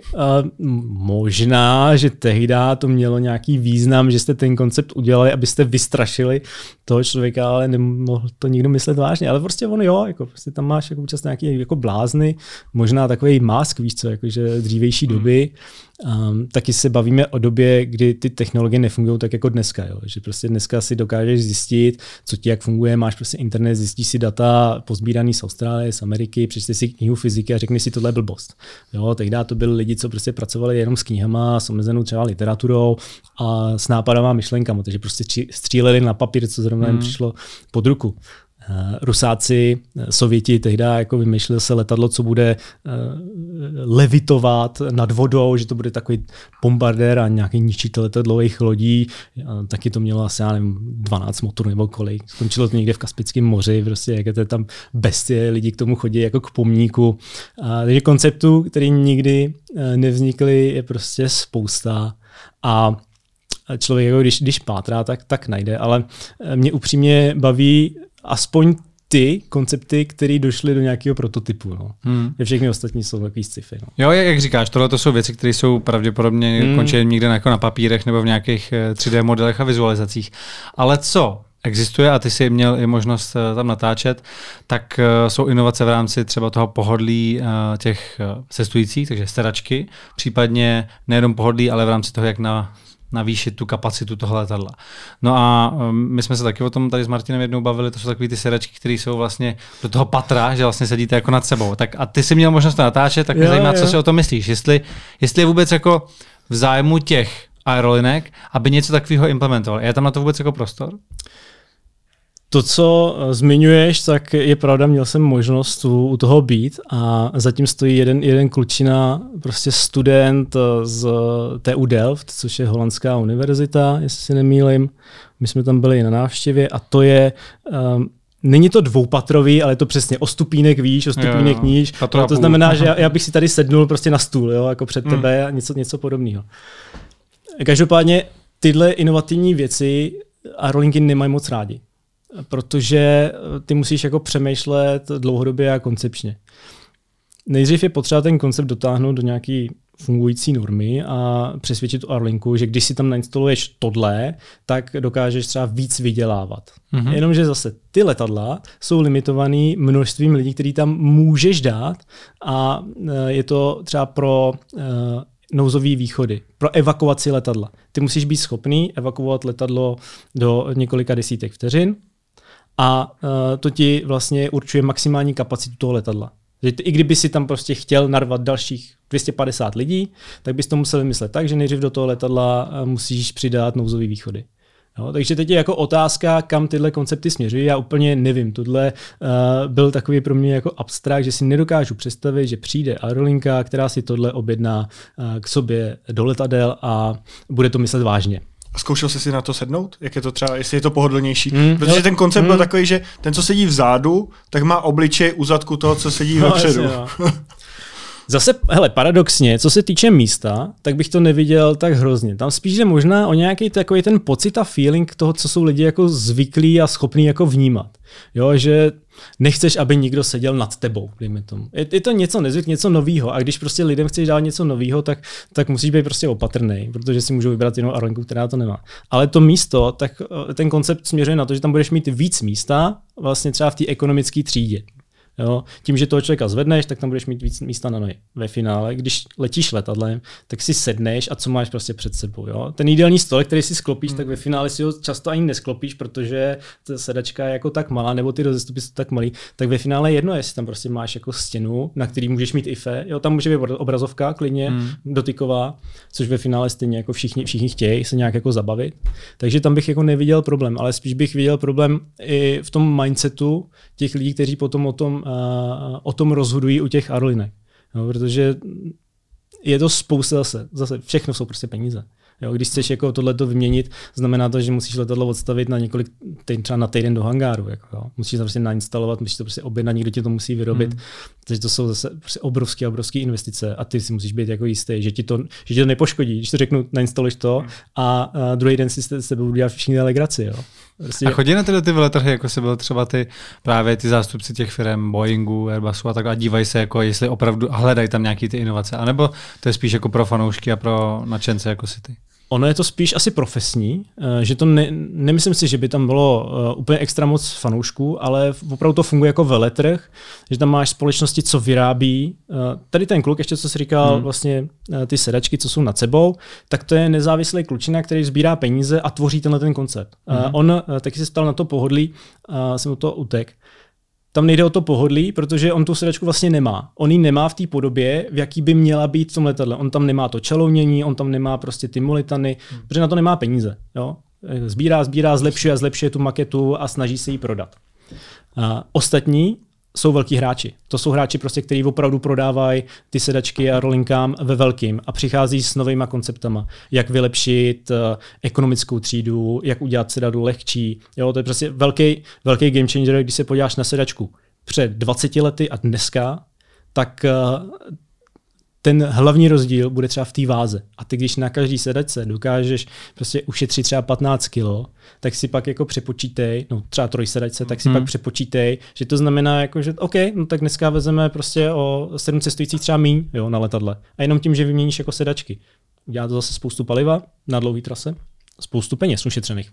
možná, že tehdy to mělo nějaký význam, že jste ten koncept udělali, abyste vystrašili toho člověka, ale nemohl to nikdo myslet vážně. Ale prostě on jo, jako prostě tam máš jako účast nějaký jako blázny, možná takový mask, víš co, jakože dřívější hmm. doby. Um, taky se bavíme o době, kdy ty technologie nefungují tak jako dneska. Jo? Že prostě dneska si dokážeš zjistit, co ti jak funguje, máš prostě internet, zjistíš si data pozbíraný z Austrálie, z Ameriky, přečteš si knihu fyziky a řekneš si, tohle je blbost. Jo? Tehdy to byli lidi, co prostě pracovali jenom s knihama, s omezenou třeba literaturou a s nápadama myšlenkama, takže prostě stříleli na papír, co zrovna jim hmm. přišlo pod ruku. Rusáci, Sověti tehdy jako vymýšleli se letadlo, co bude levitovat nad vodou, že to bude takový bombardér a nějaký ničitel letadlových lodí. Taky to mělo asi, já nevím, dvanáct motorů nebo kolik. Skončilo to někde v Kaspickém moři, prostě jak je to tam bestie, lidi k tomu chodí jako k pomníku. A, takže konceptů, který nikdy nevznikly, je prostě spousta. A člověk, jako když, když pátrá, tak, tak najde, ale mě upřímně baví aspoň ty koncepty, které došly do nějakého prototypu. No. Hmm. Všechny ostatní jsou takový sci-fi. No. Jo, jak říkáš, tohle to jsou věci, které jsou pravděpodobně hmm. končí někde jako na papírech nebo v nějakých tři dé modelech a vizualizacích. Ale co existuje, a ty jsi měl i možnost tam natáčet, tak jsou inovace v rámci třeba toho pohodlí těch cestujících, takže sedačky, případně nejenom pohodlí, ale v rámci toho, jak na navýšit tu kapacitu toho letadla. No a my jsme se taky o tom tady s Martinem jednou bavili, to jsou takový ty sedačky, které jsou vlastně do toho patra, že vlastně sedíte jako nad sebou. Tak a ty jsi měl možnost to natáčet, tak mě jo, zajímá, jo. co si o tom myslíš. Jestli, jestli je vůbec jako v zájmu těch aerolinek, aby něco takového implementoval. Je tam na to vůbec jako prostor? To, co zmiňuješ, tak je pravda, měl jsem možnost u, u toho být a zatím stojí jeden, jeden klučina, prostě student z T U Delft, což je holandská univerzita, jestli si nemýlim. My jsme tam byli na návštěvě a to je... Um, Není to dvoupatrový, ale je to přesně o stupínek výš, o stupínek níž. To znamená, že já, já bych si tady sednul prostě na stůl, jo, jako před tebe a něco, něco podobného. Každopádně tyhle inovativní věci aerolinky nemají moc rádi, protože ty musíš jako přemýšlet dlouhodobě a koncepčně. Nejdřív je potřeba ten koncept dotáhnout do nějaký fungující normy a přesvědčit tu aerolinku, že když si tam nainstaluješ tohle, tak dokážeš třeba víc vydělávat. Mm-hmm. Jenomže zase ty letadla jsou limitovaný množstvím lidí, který tam můžeš dát a je to třeba pro uh, nouzové východy, pro evakuaci letadla. Ty musíš být schopný evakuovat letadlo do několika desítek vteřin a uh, to ti vlastně určuje maximální kapacitu toho letadla. Že ty, i kdyby si tam prostě chtěl narvat dalších dvě stě padesát lidí, tak bys to musel vymyslet tak, že nejdřív do toho letadla musíš přidat nouzové východy. Jo, takže teď je jako otázka, kam tyhle koncepty směřují. Já úplně nevím. Tohle uh, byl takový pro mě jako abstrakt, že si nedokážu představit, že přijde aerolinka, která si tohle objedná uh, k sobě do letadel a bude to myslet vážně. A zkoušel jsi si na to sednout? Jak je to třeba, jestli je to pohodlnější? Mm, Protože ten koncept mm. byl takový, že ten, co sedí vzadu, tak má obličej u zadku toho, co sedí no, vepředu. Jasně, no. Zase, hele, paradoxně, co se týče místa, tak bych to neviděl tak hrozně. Tam spíš jde možná o nějaký takový ten pocit a feeling toho, co jsou lidi jako zvyklí a schopní jako vnímat. Jo, že nechceš, aby někdo seděl nad tebou, dejme tomu. Je, je to něco nezvyk, něco novýho a když prostě lidem chceš dát něco novýho, tak, tak musíš být prostě opatrný, protože si můžou vybrat jinou aeronku, která to nemá. Ale to místo, tak ten koncept směřuje na to, že tam budeš mít víc místa, vlastně třeba v té ekonomické třídě. Jo? Tím, že toho člověka zvedneš, tak tam budeš mít víc místa na nohy. Ve finále, když letíš letadlem, tak si sedneš a co máš prostě před sebou. Jo? Ten jídelní stolek, který si sklopíš, hmm. tak ve finále si ho často ani nesklopíš, protože ta sedačka je jako tak malá, nebo ty rozestupy jsou tak malý, tak ve finále jedno, jestli tam prostě máš jako stěnu, na který můžeš mít ife. Jo? Tam může být obrazovka klidně, hmm. dotyková, což ve finále stejně jako všichni, všichni chtějí se nějak jako zabavit. Takže tam bych jako neviděl problém, ale spíš bych viděl problém i v tom mindsetu těch lidí, kteří potom o tom o tom rozhodují u těch aerolinek. No, protože je to spousta zase, zase všechno jsou prostě peníze. Jo, když chceš jako tohleto vyměnit, znamená to, že musíš letadlo odstavit na několik týden, třeba na týden do hangáru. Jako, jo. Musíš to prostě nainstalovat, musíš to prostě objednat, někdo ti to musí vyrobit. Hmm. Takže to jsou zase prostě obrovské, obrovské investice a ty si musíš být jako jistý, že ti to, že ti to nepoškodí. Když to řeknu, nainstaluješ to hmm. a, a druhý den si s tebou uděláš všichni legraci. Jo. Prostě... A chodí na tyhle ty veletrhy, jako se byl třeba ty právě ty zástupci těch firm Boeingu, Airbusu a tak a dívají se, jako jestli opravdu hledají tam nějaký ty inovace, anebo to je spíš jako pro fanoušky a pro nadšence jako si ty? Ono je to spíš asi profesní, že to ne, nemyslím si, že by tam bylo úplně extra moc fanoušků, ale opravdu to funguje jako veletrh, že tam máš společnosti, co vyrábí. Tady ten kluk, ještě co jsi říkal, hmm. vlastně ty sedačky, co jsou nad sebou, tak to je nezávislý klučina, který sbírá peníze a tvoří tenhle ten koncept. Hmm. On taky se ptal na to pohodlí, jsem o to utek. Tam nejde o to pohodlí, protože on tu sedačku vlastně nemá. On ji nemá v té podobě, v jaký by měla být v tom letadle. On tam nemá to čelounění, on tam nemá prostě ty molitany, hmm. protože na to nemá peníze. Jo? Sbírá, sbírá, zlepšuje a zlepšuje tu maketu a snaží se ji prodat. A ostatní jsou velký hráči. To jsou hráči, prostě, kteří opravdu prodávají ty sedačky a rollinkám ve velkým a přichází s novýma konceptama. Jak vylepšit uh, ekonomickou třídu, jak udělat sedadlo lehčí. Jo, to je prostě velký, velký game changer, když se podíváš na sedačku před dvaceti lety a dneska, tak uh, ten hlavní rozdíl bude třeba v té váze. A ty, když na každý sedačce dokážeš prostě ušetřit třeba patnáct kilo, tak si pak jako přepočítej, no třeba trojsedačce, tak si hmm. pak přepočítej, že to znamená jako, že OK, no tak dneska vezeme prostě o sedm cestujících třeba míň, jo, na letadle. A jenom tím, že vyměníš jako sedačky. Udělá to zase spoustu paliva na dlouhý trase, spoustu peněz ušetřených.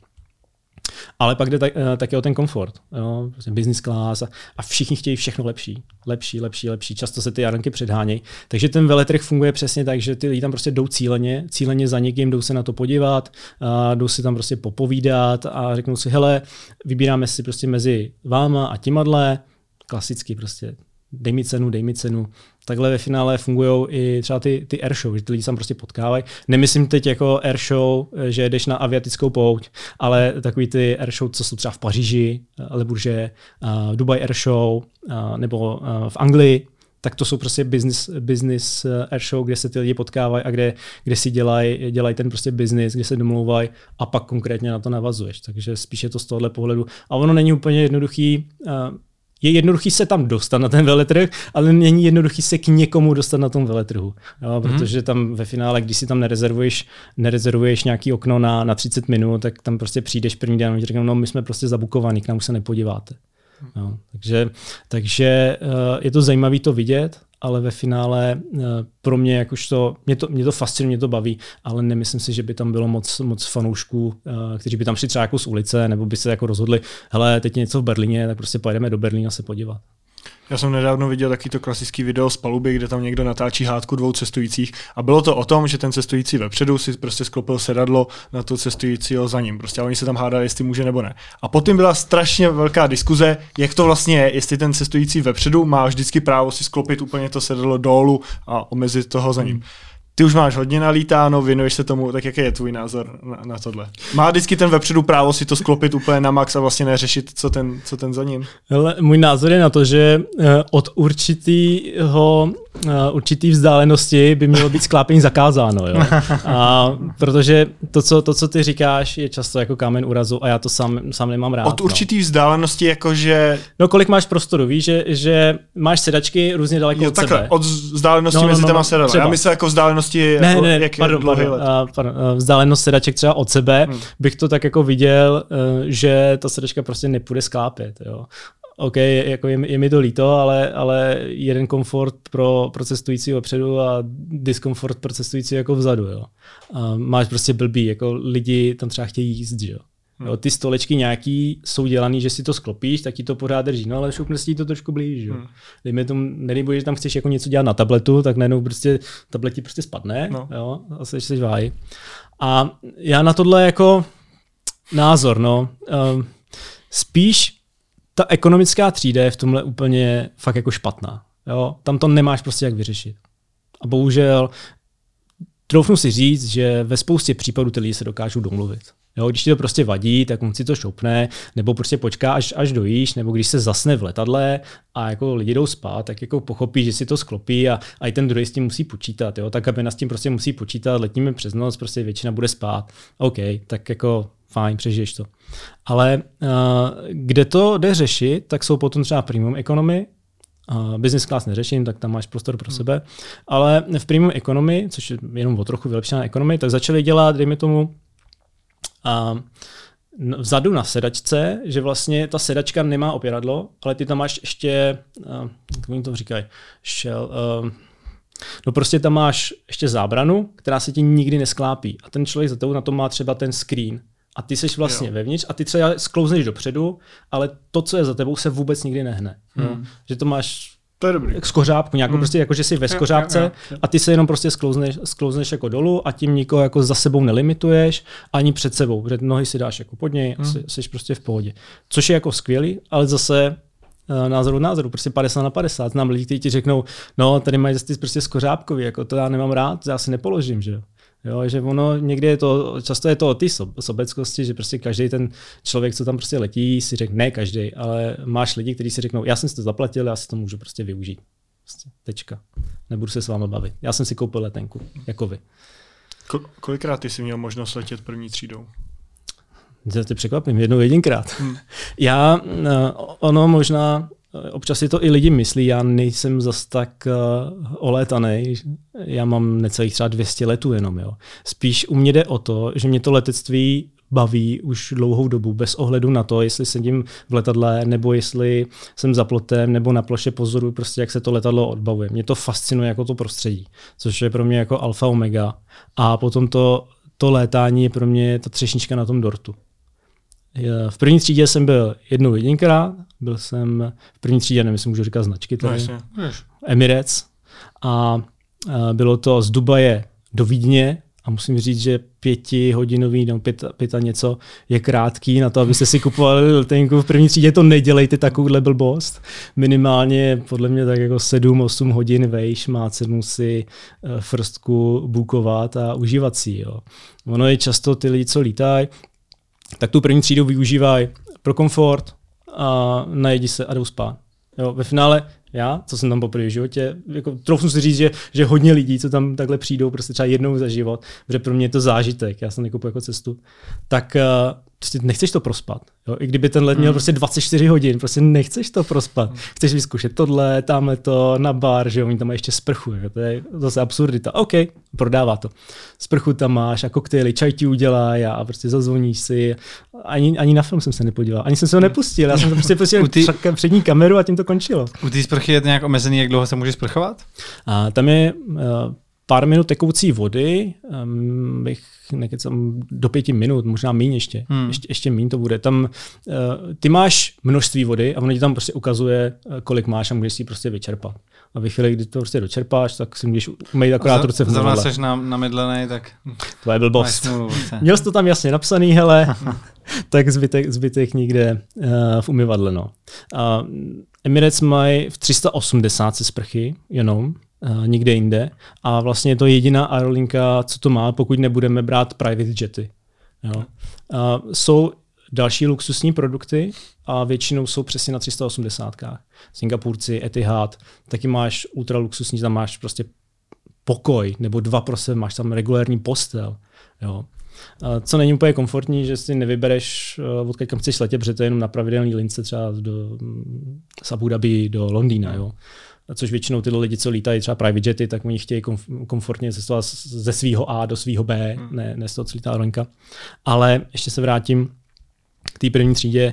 Ale pak jde tak, také o ten komfort. Jo? Business class a, a všichni chtějí všechno lepší. Lepší, lepší, lepší. Často se ty jaranky předhánějí. Takže ten veletrh funguje přesně tak, že ty lidi tam prostě jdou cíleně, cíleně za někým, jdou se na to podívat, a jdou si tam prostě popovídat a řeknou si, hele, vybíráme si prostě mezi váma a timadle, klasicky prostě dej mi cenu, dej mi cenu. Takhle ve finále fungují i třeba ty, ty airshow, že ty lidi se tam prostě potkávají. Nemyslím teď jako airshow, že jdeš na aviatickou pouť, ale takový ty airshow, co jsou třeba v Paříži, Le Bourget, uh, Dubai airshow, uh, nebo uh, v Anglii, tak to jsou prostě business, business airshow, kde se ty lidi potkávají a kde, kde si dělají dělaj ten prostě business, kde se domlouvají a pak konkrétně na to navazuješ. Takže spíš je to z tohohle pohledu. A ono není úplně jednoduchý. Uh, Je jednoduchý se tam dostat na ten veletrh, ale není jednoduchý se k někomu dostat na tom veletrhu. Jo, protože tam ve finále, když si tam nerezervuješ, nerezervuješ nějaký okno na, na třicet minut, tak tam prostě přijdeš první den a ti řeknou, no my jsme prostě zabukovaní, k nám už se nepodíváte. Jo, takže takže uh, je to zajímavé to vidět, ale ve finále uh, pro mě jakožto, mě to, mě to fascinuje, mě to baví, ale nemyslím si, že by tam bylo moc, moc fanoušků, uh, kteří by tam šli třeba jako z ulice, nebo by se jako rozhodli, hele, teď je něco v Berlíně, tak prostě pojedeme do Berlína se podívat. Já jsem nedávno viděl taky to klasický video z paluby, kde tam někdo natáčí hádku dvou cestujících a bylo to o tom, že ten cestující vepředu si prostě sklopil sedadlo na to cestujícího za ním. Prostě a oni se tam hádali, jestli může nebo ne. A potom byla strašně velká diskuze, jak to vlastně je, jestli ten cestující vepředu má vždycky právo si sklopit úplně to sedadlo dolů a omezit toho za ním. Ty už máš hodně nalítáno, věnuješ se tomu, tak jaký je tvůj názor na, na tohle? Má vždycky ten vepředu právo si to sklopit úplně na max a vlastně neřešit, co ten, co ten za ním? Hele, můj názor je na to, že od určitýho, určitý vzdálenosti by mělo být sklápění zakázáno. Jo? A protože to co, to, co ty říkáš, je často jako kámen úrazu a já to sám, sám nemám rád. Od určitý no. vzdálenosti jakože... No kolik máš prostoru, víš, že, že máš sedačky různě daleko jo, od takhle, sebe. Od vzdálenosti no, mezi no, no, těma sedadla. Já myslím jako vzdálenosti Ne, ne, jak pardon, pardon, uh, pardon, uh, vzdálenost sedaček třeba od sebe, hmm. bych to tak jako viděl, uh, že ta sedačka prostě nepůjde sklápět. Jo. OK, jako je, je mi to líto, ale, ale jeden komfort pro, pro cestujícího vpředu a diskomfort pro cestující jako vzadu. Jo. Uh, máš prostě blbý, jako lidi tam třeba chtějí jíst, jo. Hmm. Jo, ty stolečky nějaký jsou dělaný, že si to sklopíš, tak ti to pořád drží, no ale šoupne si to trošku blíž. Jo. Hmm. Dejme tomu, nedej, že tam chceš jako něco dělat na tabletu, tak najednou prostě tablet ti prostě spadne, no. Jo, a seš, seš váj. A já na tohle jako názor, no, um, spíš ta ekonomická třída je v tomhle úplně fakt jako špatná. Jo. Tam to nemáš prostě jak vyřešit. A bohužel troufnu si říct, že ve spoustě případů ty lidi se dokážou domluvit. Jo, když ti to prostě vadí, tak on si to šoupne, nebo prostě počká, až, až dojíš, nebo když se zasne v letadle a jako lidi jdou spát, tak jako pochopí, že si to sklopí a, a i ten druhý s tím musí počítat. Jo? Ta kabina s tím prostě musí počítat, letíme přes noc, prostě většina bude spát. OK, tak jako fajn, přežiješ to. Ale uh, kde to jde řešit, tak jsou potom třeba premium economy, Uh, business class neřeším, tak tam máš prostor pro hmm. sebe, ale v premium economy, což je jenom o trochu vylepšená economy, tak začali dělat, dejme tomu, uh, vzadu na sedačce, že vlastně ta sedačka nemá opěradlo, ale ty tam máš ještě, uh, jak mi to říkají, šel, uh, No prostě tam máš ještě zábranu, která se ti nikdy nesklápí. A ten člověk za tebou na tom má třeba ten screen. A ty jsi vlastně jo. vevnitř a ty třeba sklouzneš dopředu, ale to, co je za tebou, se vůbec nikdy nehne. Hmm. No? Že to máš to je dobrý. skořápku, nějakou hmm. prostě jako, že jsi ve skořápce jo, jo, jo. a ty se jenom prostě sklouzneš, sklouzneš jako dolů a tím nikoho jako za sebou nelimituješ ani před sebou, protože nohy si dáš jako pod něj hmm. a jsi, jsi prostě v pohodě. Což je jako skvělý, ale zase názoru názoru, prostě padesát na padesát. Znám lidi, kteří ti řeknou, no tady mají ty prostě skořápkový, jako to já nemám rád, já si nepoložím, že jo. Jo, že ono někdy je to, často je to o té sobeckosti, že prostě každý ten člověk, co tam prostě letí, si řekne, ne každý, ale máš lidi, kteří si řeknou, já jsem si to zaplatil, já si to můžu prostě využít. Prostě, tečka. Nebudu se s vámi bavit. Já jsem si koupil letenku, jako vy. Ko- kolikrát ty jsi měl možnost letět první třídou? Já tě překvapím, jednou jedinkrát. Hmm. Já, ono možná, občas si to i lidi myslí, já nejsem zas tak uh, olétanej, já mám necelých třeba dvě stě letů jenom. Jo. Spíš u mě jde o to, že mě to letectví baví už dlouhou dobu, bez ohledu na to, jestli sedím v letadle, nebo jestli jsem za plotem, nebo na ploše pozoruju, prostě jak se to letadlo odbavuje. Mě to fascinuje jako to prostředí, což je pro mě jako alfa omega. A potom to, to létání je pro mě ta třešnička na tom dortu. V první třídě jsem byl jednou jedinkrát, byl jsem v první třídě, nevím, jestli můžu říkat značky, tady, no, Emirates, a bylo to z Dubaje do Vídně a musím říct, že pětihodinový, no pět, pět a něco je krátký na to, abyste si kupovali letenku v první třídě, to nedělejte takovouhle blbost. Minimálně podle mě tak jako sedm osm hodin vejš, má cenu si firstku bookovat a užívat si. Jo. Ono je často ty lidi, co lítají, tak tu první třídu využívají pro komfort a najedí se a jdou spát. Jo, ve finále já, co jsem tam poprvé v životě, jako troufnu si říct, že, že hodně lidí, co tam takhle přijdou, prostě třeba jednou za život, protože pro mě je to zážitek, já jsem nekupuji jako cestu, tak uh, prostě nechceš to prospat. Jo? I kdyby ten let měl prostě dvacet čtyři hodin, prostě nechceš to prospat. Chceš vyzkoušet tohle, tamhle to, na bar, že jo, oni tam mají ještě sprchu, jo? To je zase absurdita. OK, prodává to. Sprchu tam máš a koktejly, čaj ti udělají a prostě zazvoníš si. Ani, ani na film jsem se nepodíval, ani jsem se ho nepustil, já jsem to prostě pustil ty... přední kameru a tím to končilo. U té sprchy je to nějak omezený, jak dlouho se může sprchovat? A tam je uh, pár minut tekoucí vody, um, bych nekecam, do pěti minut, možná míň ještě, hmm. ještě, ještě míň to bude. Tam uh, ty máš množství vody a ono ti tam prostě ukazuje, kolik máš a můžeš si ji prostě vyčerpat. A ve chvíli, kdy to prostě dočerpáš, tak si můžeš umýt akorát ruce v zrovna seš na, namydlenej, tak to je blbost. Měl jsi to tam jasně napsaný, hele, tak zbytek, zbytek někde uh, v umyvadle. No. Uh, Emirates mají v tři sta osmdesát sprchy jenom, uh, nikde jinde. A vlastně je to jediná aerolinka, co to má, pokud nebudeme brát private jety. Jo. Uh, jsou další luxusní produkty a většinou jsou přesně na tři sta osmdesátkách. Singapurci, Etihad, taky máš ultra luxusní, tam máš prostě pokoj, nebo dva pro sebe, máš tam regulární postel. Jo. Co není úplně komfortní, že si nevybereš, odkud kam chceš letět, protože to je jenom na pravidelný lince třeba do, z Abu Dhabi do Londýna. Jo. Což většinou tyhle lidi, co lítají třeba private jety, tak oni chtějí komf- komfortně cestovat ze svého A do svého B, hmm. ne, ne z toho, co lítá aerolinka. Ale ještě se vrátím k té první třídě.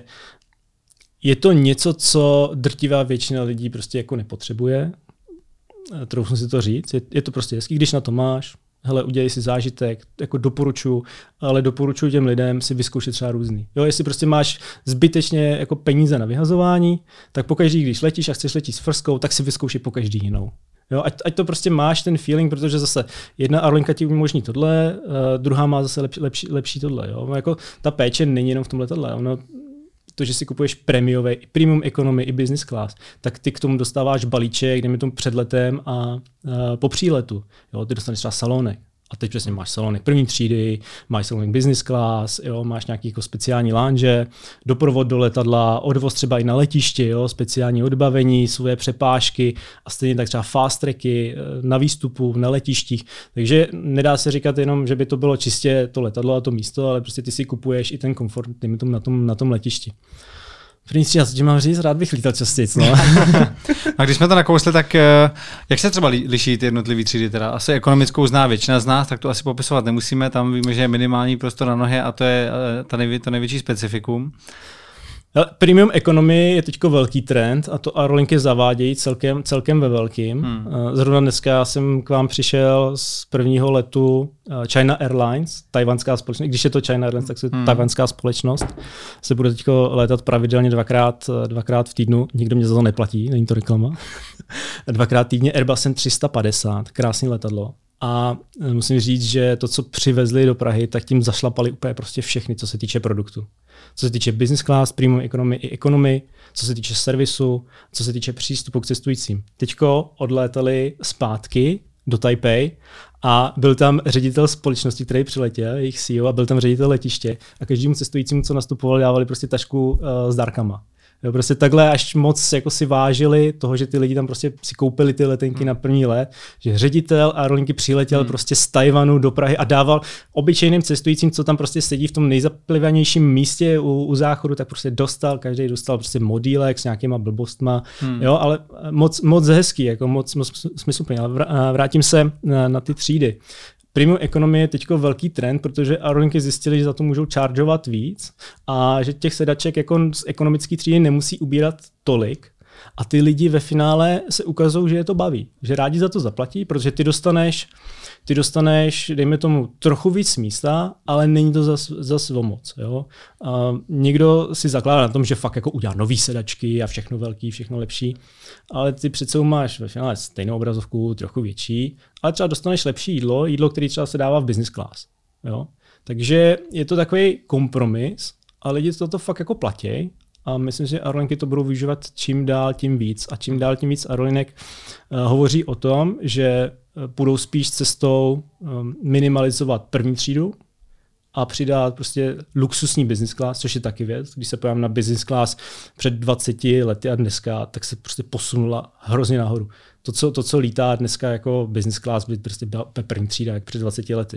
Je to něco, co drtivá většina lidí prostě jako nepotřebuje. Troufnu si to říct. Je, je to prostě hezký, když na to máš. Hele, udělej si zážitek, jako doporučuji, ale doporučuji těm lidem si vyzkoušet třeba různý. Jo, jestli prostě máš zbytečně jako peníze na vyhazování, tak pokaždý, když letíš a chceš letět s frskou, tak si vyzkoušej pokaždý jinou. Jo, ať, ať to prostě máš ten feeling, protože zase jedna aerolinka ti umožní tohle, uh, druhá má zase lepší, lepší, lepší tohle. Jo. Jako ta péče není jenom v tom letadle. Ono, to, že si kupuješ prémiové, i premium economy, i business class, tak ty k tomu dostáváš balíček, jdeme tomu před letem a, a po příletu. Jo, ty dostaneš třeba salonek. A teď přesně máš salonek první třídy, máš salonek business class, jo, máš nějaký jako speciální lounge, doprovod do letadla, odvoz třeba i na letišti, jo, speciální odbavení, svoje přepážky a stejně tak třeba fast tracky na výstupu, na letištích. Takže nedá se říkat jenom, že by to bylo čistě to letadlo a to místo, ale prostě ty si kupuješ i ten komfort na tom, na tom letišti. První třída, co ti mám říct, rád bych lítal častěji. No. A když jsme to nakousli, tak jak se třeba liší ty jednotlivé třídy? Teda? Asi ekonomickou zná většina z nás, tak to asi popisovat nemusíme. Tam víme, že je minimální prostor na nohy a to je ta nejvě- to největší specifikum. Premium economy je teďko velký trend a to aerolinky zavádějí celkem, celkem ve velkým. Hmm. Zrovna dneska jsem k vám přišel z prvního letu China Airlines, tajvanská společnost. Když je to China Airlines, tak je to hmm. tajvanská společnost. Se bude teďko létat pravidelně dvakrát, dvakrát v týdnu. Nikdo mě za to neplatí, není to reklama. Dvakrát týdně Airbusem tři sta padesát, krásný letadlo. A musím říct, že to, co přivezli do Prahy, tak tím zašlapali úplně prostě všechny, co se týče produktu. Co se týče business class, premium economy i economy, co se týče servisu, co se týče přístupu k cestujícím. Teďko odlétali zpátky do Taipei a byl tam ředitel společnosti, který přiletěl, jejich C E O, a byl tam ředitel letiště a každému cestujícímu, co nastupoval, dávali prostě tašku uh, s dárkama. Jo, prostě takhle až moc jako si vážili toho, že ty lidi tam prostě si koupili ty letenky hmm. na první let, že ředitel aerolinky přiletěl hmm. prostě z Tajvanu do Prahy a dával obyčejným cestujícím, co tam prostě sedí v tom nejzaplivanějším místě u, u záchodu, tak prostě dostal, každý dostal prostě modílek s nějakýma blbostma, hmm. jo, ale moc, moc hezký, jako moc, moc smysluplný. Ale vrátím se na, na ty třídy. Premium economy je teď velký trend, protože aerolinky zjistili, že za to můžou chargeovat víc a že těch sedaček jako z ekonomické třídy nemusí ubírat tolik. A ty lidi ve finále se ukazují, že je to baví, že rádi za to zaplatí, protože ty dostaneš, ty dostaneš, dejme tomu, trochu víc místa, ale není to zas, zas o moc. Jo? A někdo si zakládá na tom, že fakt jako udělá nový sedačky a všechno velký, všechno lepší, ale ty přece máš ve finále stejnou obrazovku, trochu větší, ale třeba dostaneš lepší jídlo, jídlo, který třeba se dává v business class. Jo? Takže je to takový kompromis a lidi toto fakt jako platí. A myslím si, že aerolinky to budou využívat čím dál tím víc. A čím dál tím víc aerolinek uh, hovoří o tom, že půjdou spíš cestou um, minimalizovat první třídu a přidat prostě luxusní business class, což je taky věc. Když se podívám na business class před dvaceti lety a dneska, tak se prostě posunula hrozně nahoru. To, co, to, co lítá dneska jako business class, by prostě byla první třída, jak před dvaceti lety.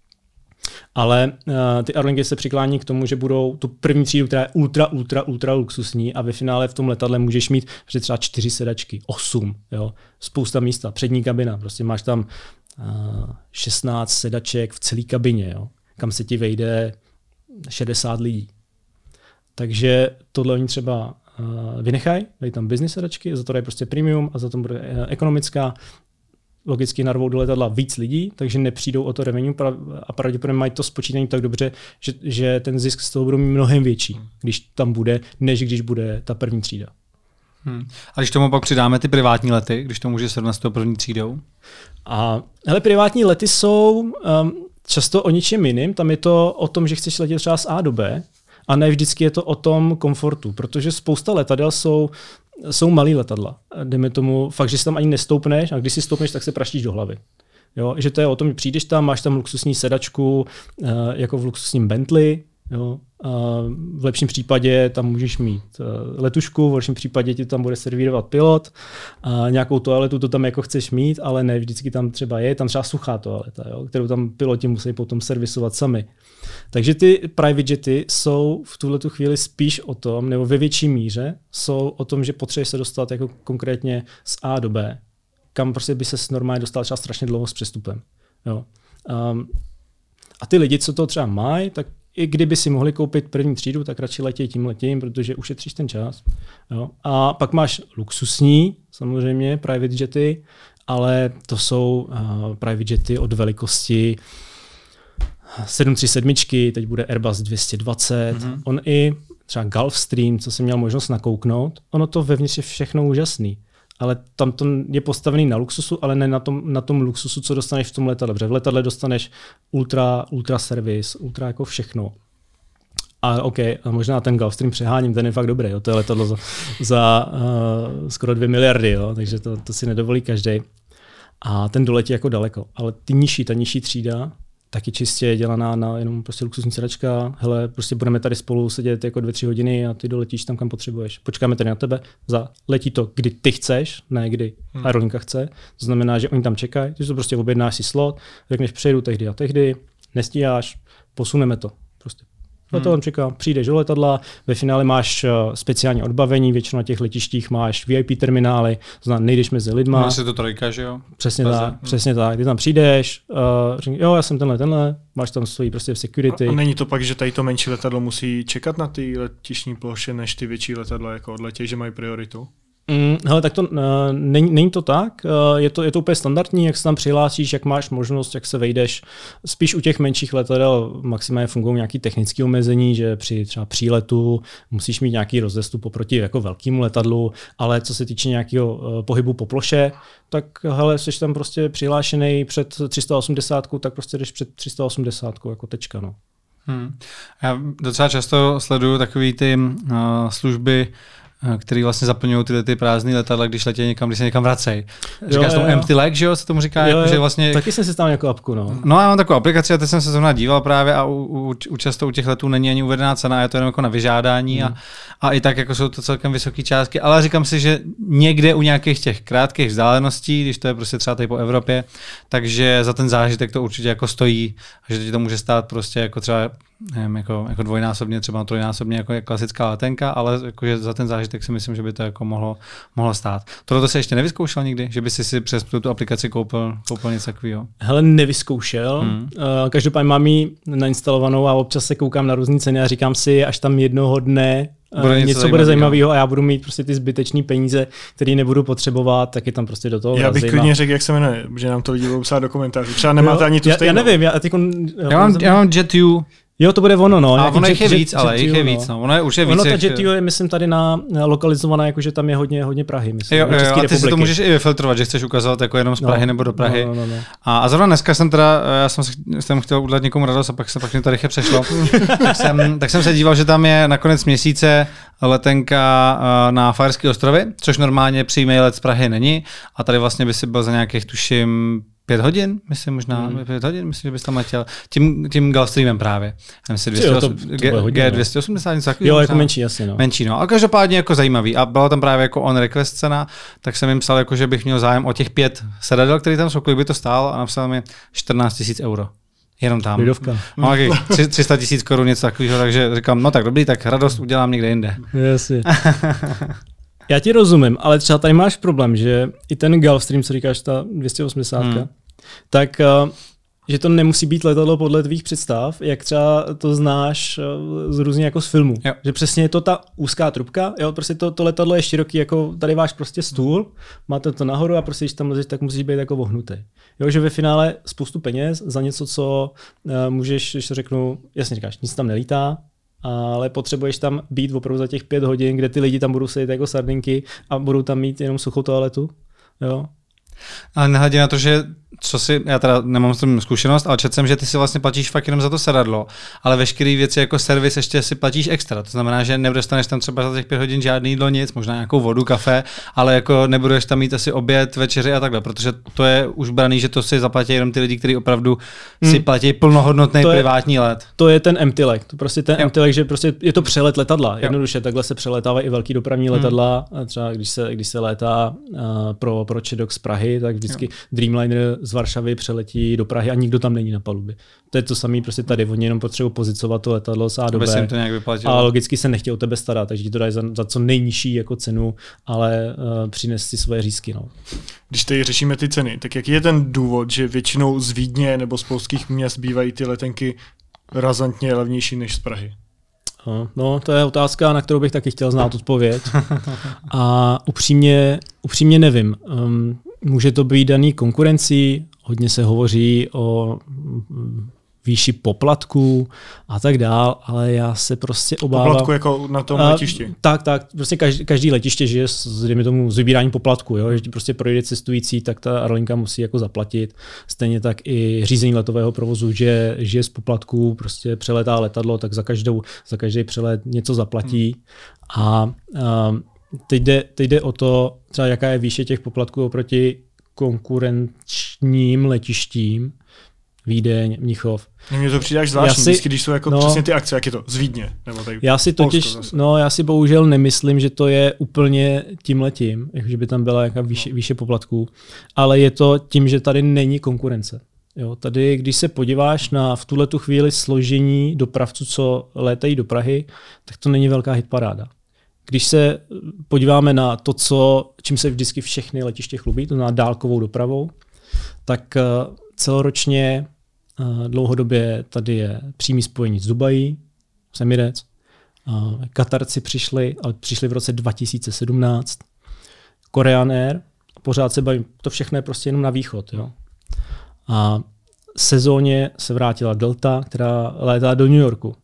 Ale uh, ty aerolinky se přiklání k tomu, že budou tu první třídu, která je ultra, ultra, ultra luxusní a ve finále v tom letadle můžeš mít třeba čtyři sedačky, osm, jo, spousta místa, přední kabina, prostě máš tam uh, šestnáct sedaček v celé kabině, jo, kam se ti vejde šedesát lidí. Takže tohle oni třeba uh, vynechají, dají tam business sedačky, za to dají prostě premium a za to bude uh, ekonomická. Logicky narvou do letadla víc lidí, takže nepřijdou o to revenue a pravděpodobně mají to spočítané tak dobře, že, že ten zisk z toho budou mít mnohem větší, když tam bude, než když bude ta první třída. Hmm. A když tomu pak přidáme ty privátní lety, když to může srovnat s tou první třídou? A hele, privátní lety jsou um, často o ničem jiným, tam je to o tom, že chceš letět třeba z A do B, a ne vždycky je to o tom komfortu, protože spousta letadel jsou jsou malý letadla. Dejme tomu fakt, že si tam ani nestoupneš a když si stoupneš, tak se praštíš do hlavy. Jo? Že to je o tom, že přijdeš tam, máš tam luxusní sedačku, uh, jako v luxusním Bentley. Jo? Uh, v lepším případě tam můžeš mít uh, letušku, v lepším případě ti tam bude servírovat pilot, uh, nějakou toaletu to tam jako chceš mít, ale ne vždycky tam třeba je, tam třeba suchá toaleta, jo? Kterou tam piloti musí potom servisovat sami. Takže ty private jety jsou v tuhletu chvíli spíš o tom, nebo ve větší míře jsou o tom, že potřebuješ se dostat jako konkrétně z A do B, kam prostě by se normálně dostal třeba strašně dlouho s přestupem. Jo. Um, a ty lidi, co to třeba mají, tak i kdyby si mohli koupit první třídu, tak radši letěj tím letím, protože ušetříš ten čas. Jo. A pak máš luxusní, samozřejmě, private jety, ale to jsou uh, private jety od velikosti sedm tři sedm, teď bude Airbus dvě stě dvacet, mm-hmm. on i třeba Gulfstream, co jsem měl možnost nakouknout, ono to vevnitř je všechno úžasný, ale tam to je postavený na luxusu, ale ne na tom, na tom luxusu, co dostaneš v tom letadle, protože v letadle dostaneš ultra, ultra servis, ultra jako všechno. A OK, a možná ten Gulfstream přeháním, ten je fakt dobrý, jo, to je letadlo za, za uh, skoro dvě miliardy, jo, takže to, to si nedovolí každý. A ten doletí jako daleko, ale ty nižší, ta nižší třída, taky čistě dělaná na jenom prostě luxusní sedačka. Hele, prostě budeme tady spolu sedět jako dvě, tři hodiny a ty doletíš tam, kam potřebuješ. Počkáme tady na tebe, za letí to, kdy ty chceš, ne kdy hmm. aerolinka chce. To znamená, že oni tam čekají, ty to prostě objednáš si slot, řekneš přejdu tehdy a tehdy, nestíháš, posuneme to. Prostě letadlo čeká, přijdeš do letadla, ve finále máš speciální odbavení, většinou na těch letištích máš V I P terminály, to znamená, nejdeš mezi lidma. Máš si to trojka, že jo? Přesně Paze. tak, hmm. přesně tak. Ty tam přijdeš, uh, řekni, jo, já jsem tenhle, tenhle, máš tam svoji prostě v security. A, a není to pak, že tady to menší letadlo musí čekat na ty letištní ploše, než ty větší letadla jako odletě, že mají prioritu? Mm, hele, tak to uh, není, není to tak, uh, je, to, je to úplně standardní, jak se tam přihlásíš, jak máš možnost, jak se vejdeš. Spíš u těch menších letadel maximálně fungují nějaké technické omezení, že při třeba příletu musíš mít nějaký rozestup oproti jako velkému letadlu, ale co se týče nějakého uh, pohybu po ploše, tak hele, jsi tam prostě přihlášený před tři sta osmdesát, tak prostě jdeš před tři sta osmdesát jako tečka. No. Hmm. Já docela často sleduju takový ty uh, služby, který vlastně zaplňují tyhle ty prázdné letadla, když letí někam, když se někam vracejí. Říkáš tomu empty leg, že jo, se tomu říká, jo, jako, že vlastně... Taky jsem si tam jako apku, no. No já mám takovou aplikaci a teď jsem se zrovna díval právě a u, u, u často u těch letů není ani uvedená cena, je to jenom jako na vyžádání hmm. a, a i tak jako jsou to celkem vysoké částky, ale říkám si, že někde u nějakých těch krátkých vzdáleností, když to je prostě třeba tady po Evropě, takže za ten zážitek to určitě jako stojí, a že ti to může stát prostě jako třeba nevím, jako, jako dvojnásobně, třeba trojnásobně jako klasická letenka, ale jakože za ten zážitek si myslím, že by to jako mohlo, mohlo stát. Tohle se ještě nevyzkoušel nikdy, že by si si přes tu aplikaci koupil, koupil něco takového? Hele, nevyzkoušel. Hmm. Každopádně mám ji nainstalovanou a občas se koukám na různé ceny a říkám si, až tam jednoho dne bude něco, něco bude zajímavého a já budu mít prostě ty zbytečné peníze, které nebudu potřebovat, tak je tam prostě do toho. Já bych klidně řekl, jak se jmenuje, že nám to lidi budou psát do komentářů. Třeba nemáte jo, ani tu já, stejnou. Já nevím, já, tyko, já, já, mám, já mám JetU. Jo, to bude ono, no. A ono jich je víc, jet, ale jich je víc, no. Ono je už je víc. Ono ta JetU je, myslím, tady na lokalizovaná, jakože tam je hodně, hodně Prahy, myslím. Jo, jo, jo, a ty si to můžeš i vyfiltrovat, že chceš ukazovat jako jenom z Prahy no, nebo do Prahy. No, no, no, no. A, a zrovna dneska jsem teda, já jsem, jsem chtěl udělat někomu radost a pak se pak mě to rychle přešlo. tak, jsem, tak jsem se díval, že tam je na konec měsíce letenka na Faerské ostrovy, což normálně přímý let z Prahy není. A tady vlastně by si byl za nějakých, tuším, Pět hodin, myslím možná, hmm. pět hodin, myslím, že bys tam letěl. Tím, tím Gulfstreamem právě. G dvě stě osmdesát, něco takového. Jo, jako menší, jasně. No. Menší, no. A každopádně jako zajímavý. A byla tam právě jako on request cena, tak jsem jim psal, jako, že bych měl zájem o těch pět sedadel, který tam jsou, kolik by to stálo, a napsal mi čtrnáct tisíc euro. Jenom tam. Lidovka. No, tři sta tisíc korun, něco takového, takže říkám, no tak dobrý, tak radost udělám někde jinde. Jasně. Já ti rozumím, ale třeba tady máš problém, že i ten Gulfstream, co říkáš, ta dvě stě osmdesát, hmm. tak že to nemusí být letadlo podle tvých představ, jak třeba to znáš z různě jako z filmu. Jo. Že přesně je to ta úzká trubka, jo, prostě to, to letadlo je široký, jako tady máš prostě stůl, máte to nahoru a prostě když tam lezeš, tak musíš být jako vohnutý. Jo, že ve finále spoustu peněz za něco, co uh, můžeš, když řeknu, jasně říkáš, nic tam nelítá, ale potřebuješ tam být opravdu za těch pět hodin, kde ty lidi tam budou sedět jako sardinky a budou tam mít jenom suchou toaletu. Jo. Ale nehledě na to, že co si, já teda nemám s tím zkušenost, ale četl jsem, že ty si vlastně platíš fakt jenom za to sedadlo, ale veškeré věci jako servis ještě si platíš extra. To znamená, že nedostaneš tam třeba za těch pět hodin žádný jídlo, nic, možná nějakou vodu, kafe, ale jako nebudeš tam mít asi oběd, večeři a takhle, protože to je už braný, že to si zaplatí jenom ty lidi, kteří opravdu hmm. si platí plnohodnotný privátní let. To je ten empty leg. To prostě ten jo. empty leg, že prostě je to přelet letadla. Jednoduše takhle se přeletávají i velký dopravní hmm. letadla. Třeba když se, když se létá uh, pro pro Čedok z Prahy, tak vždycky jo. Dreamliner z Varšavy přeletí do Prahy a nikdo tam není na palubě. To je to samé prostě tady. Oni jenom potřebují pozicovat to letadlo z A do B. To nějak a logicky se nechtějí o tebe starat, takže ti to dají za, za co nejnižší jako cenu, ale uh, přines si svoje řízky. No. Když tady řešíme ty ceny, tak jaký je ten důvod, že většinou z Vídně nebo z polských měst bývají ty letenky razantně levnější než z Prahy? No, to je otázka, na kterou bych taky chtěl znát odpověď. A upřímně, upřímně nevím. Um, může to být daný konkurencí, hodně se hovoří o výši poplatků a tak dál, ale já se prostě obávám. Poplatku jako na tom letišti? Uh, tak, tak. Prostě každý, každý letiště žije s, dejme tomu, s vybíráním poplatku. Jo? Že ti prostě projde cestující, tak ta aerolinka musí jako zaplatit. Stejně tak i řízení letového provozu, že žije z poplatků, prostě přeletá letadlo, tak za, každou, za každý přelet něco zaplatí. Hmm. A uh, teď, jde, teď jde o to, třeba jaká je výše těch poplatků oproti konkurenčním letištím. Vídeň, Mnichov. Mně to přijde až zvláštní, vždycky, když jsou jako no, přesně ty akce, jak je to z Vídně. Nebo tady já si totiž, no já si bohužel nemyslím, že to je úplně tímhletím, že by tam byla jaká výše, výše poplatků, ale je to tím, že tady není konkurence. Jo, tady, když se podíváš na v tuhletu chvíli složení dopravců, co létají do Prahy, tak to není velká hitparáda. Když se podíváme na to, co, čím se vždycky všechny letiště chlubí, to znamená dálkovou dopravou, tak celoročně dlouhodobě tady je přímý spojení s Dubají, s Emirates, Katarci přišli, ale přišli v roce dva tisíce sedmnáct, Korean Air, pořád se bavím, to všechno je prostě jenom na východ. Jo. A sezóně se vrátila Delta, která létá do New Yorku.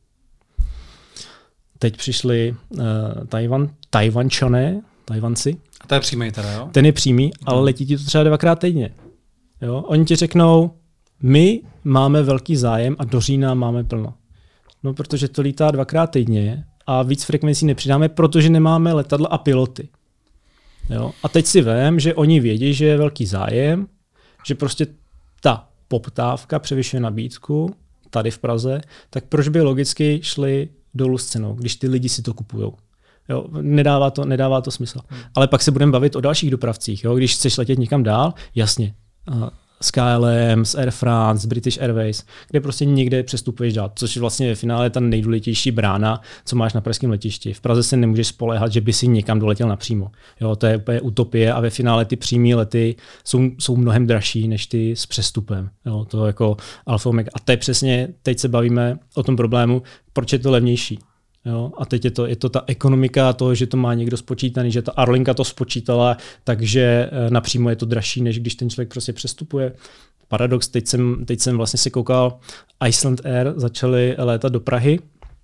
Teď přišli uh, Tajvan, Tajvančané, Tajvanci. A to je přímý teda, jo? Ten je přímý, ale letí ti to třeba dvakrát týdně. Jo? Oni ti řeknou, my máme velký zájem a do října máme plno. No, protože to lítá dvakrát týdně a víc frekvencí nepřidáme, protože nemáme letadla a piloty. Jo? A teď si vem, že oni vědí, že je velký zájem, že prostě ta poptávka převyšuje nabídku tady v Praze, tak proč by logicky šli dolů s cenou, když ty lidi si to kupujou. Jo, nedává to, nedává to smysl. Hmm. Ale pak se budeme bavit o dalších dopravcích. Jo? Když chceš letět někam dál, jasně. S K L M, s Air France, s British Airways, kde prostě někde přestupuješ dál, což vlastně v finále je ta nejdůležitější brána, co máš na pražském letišti. V Praze se nemůžeš spoléhat, že by si někam doletěl napřímo. Jo, to je úplně utopie a ve finále ty přímé lety jsou, jsou mnohem dražší než ty s přestupem. Jo, to jako alfa omega. A to je přesně, teď se bavíme o tom problému, proč je to levnější. Jo, a teď je to, je to ta ekonomika toho, že to má někdo spočítaný, že ta Arlinka to spočítala, takže napřímo je to dražší, než když ten člověk prostě přestupuje. Paradox, teď jsem, teď jsem vlastně si koukal, Iceland Air začali létat do Prahy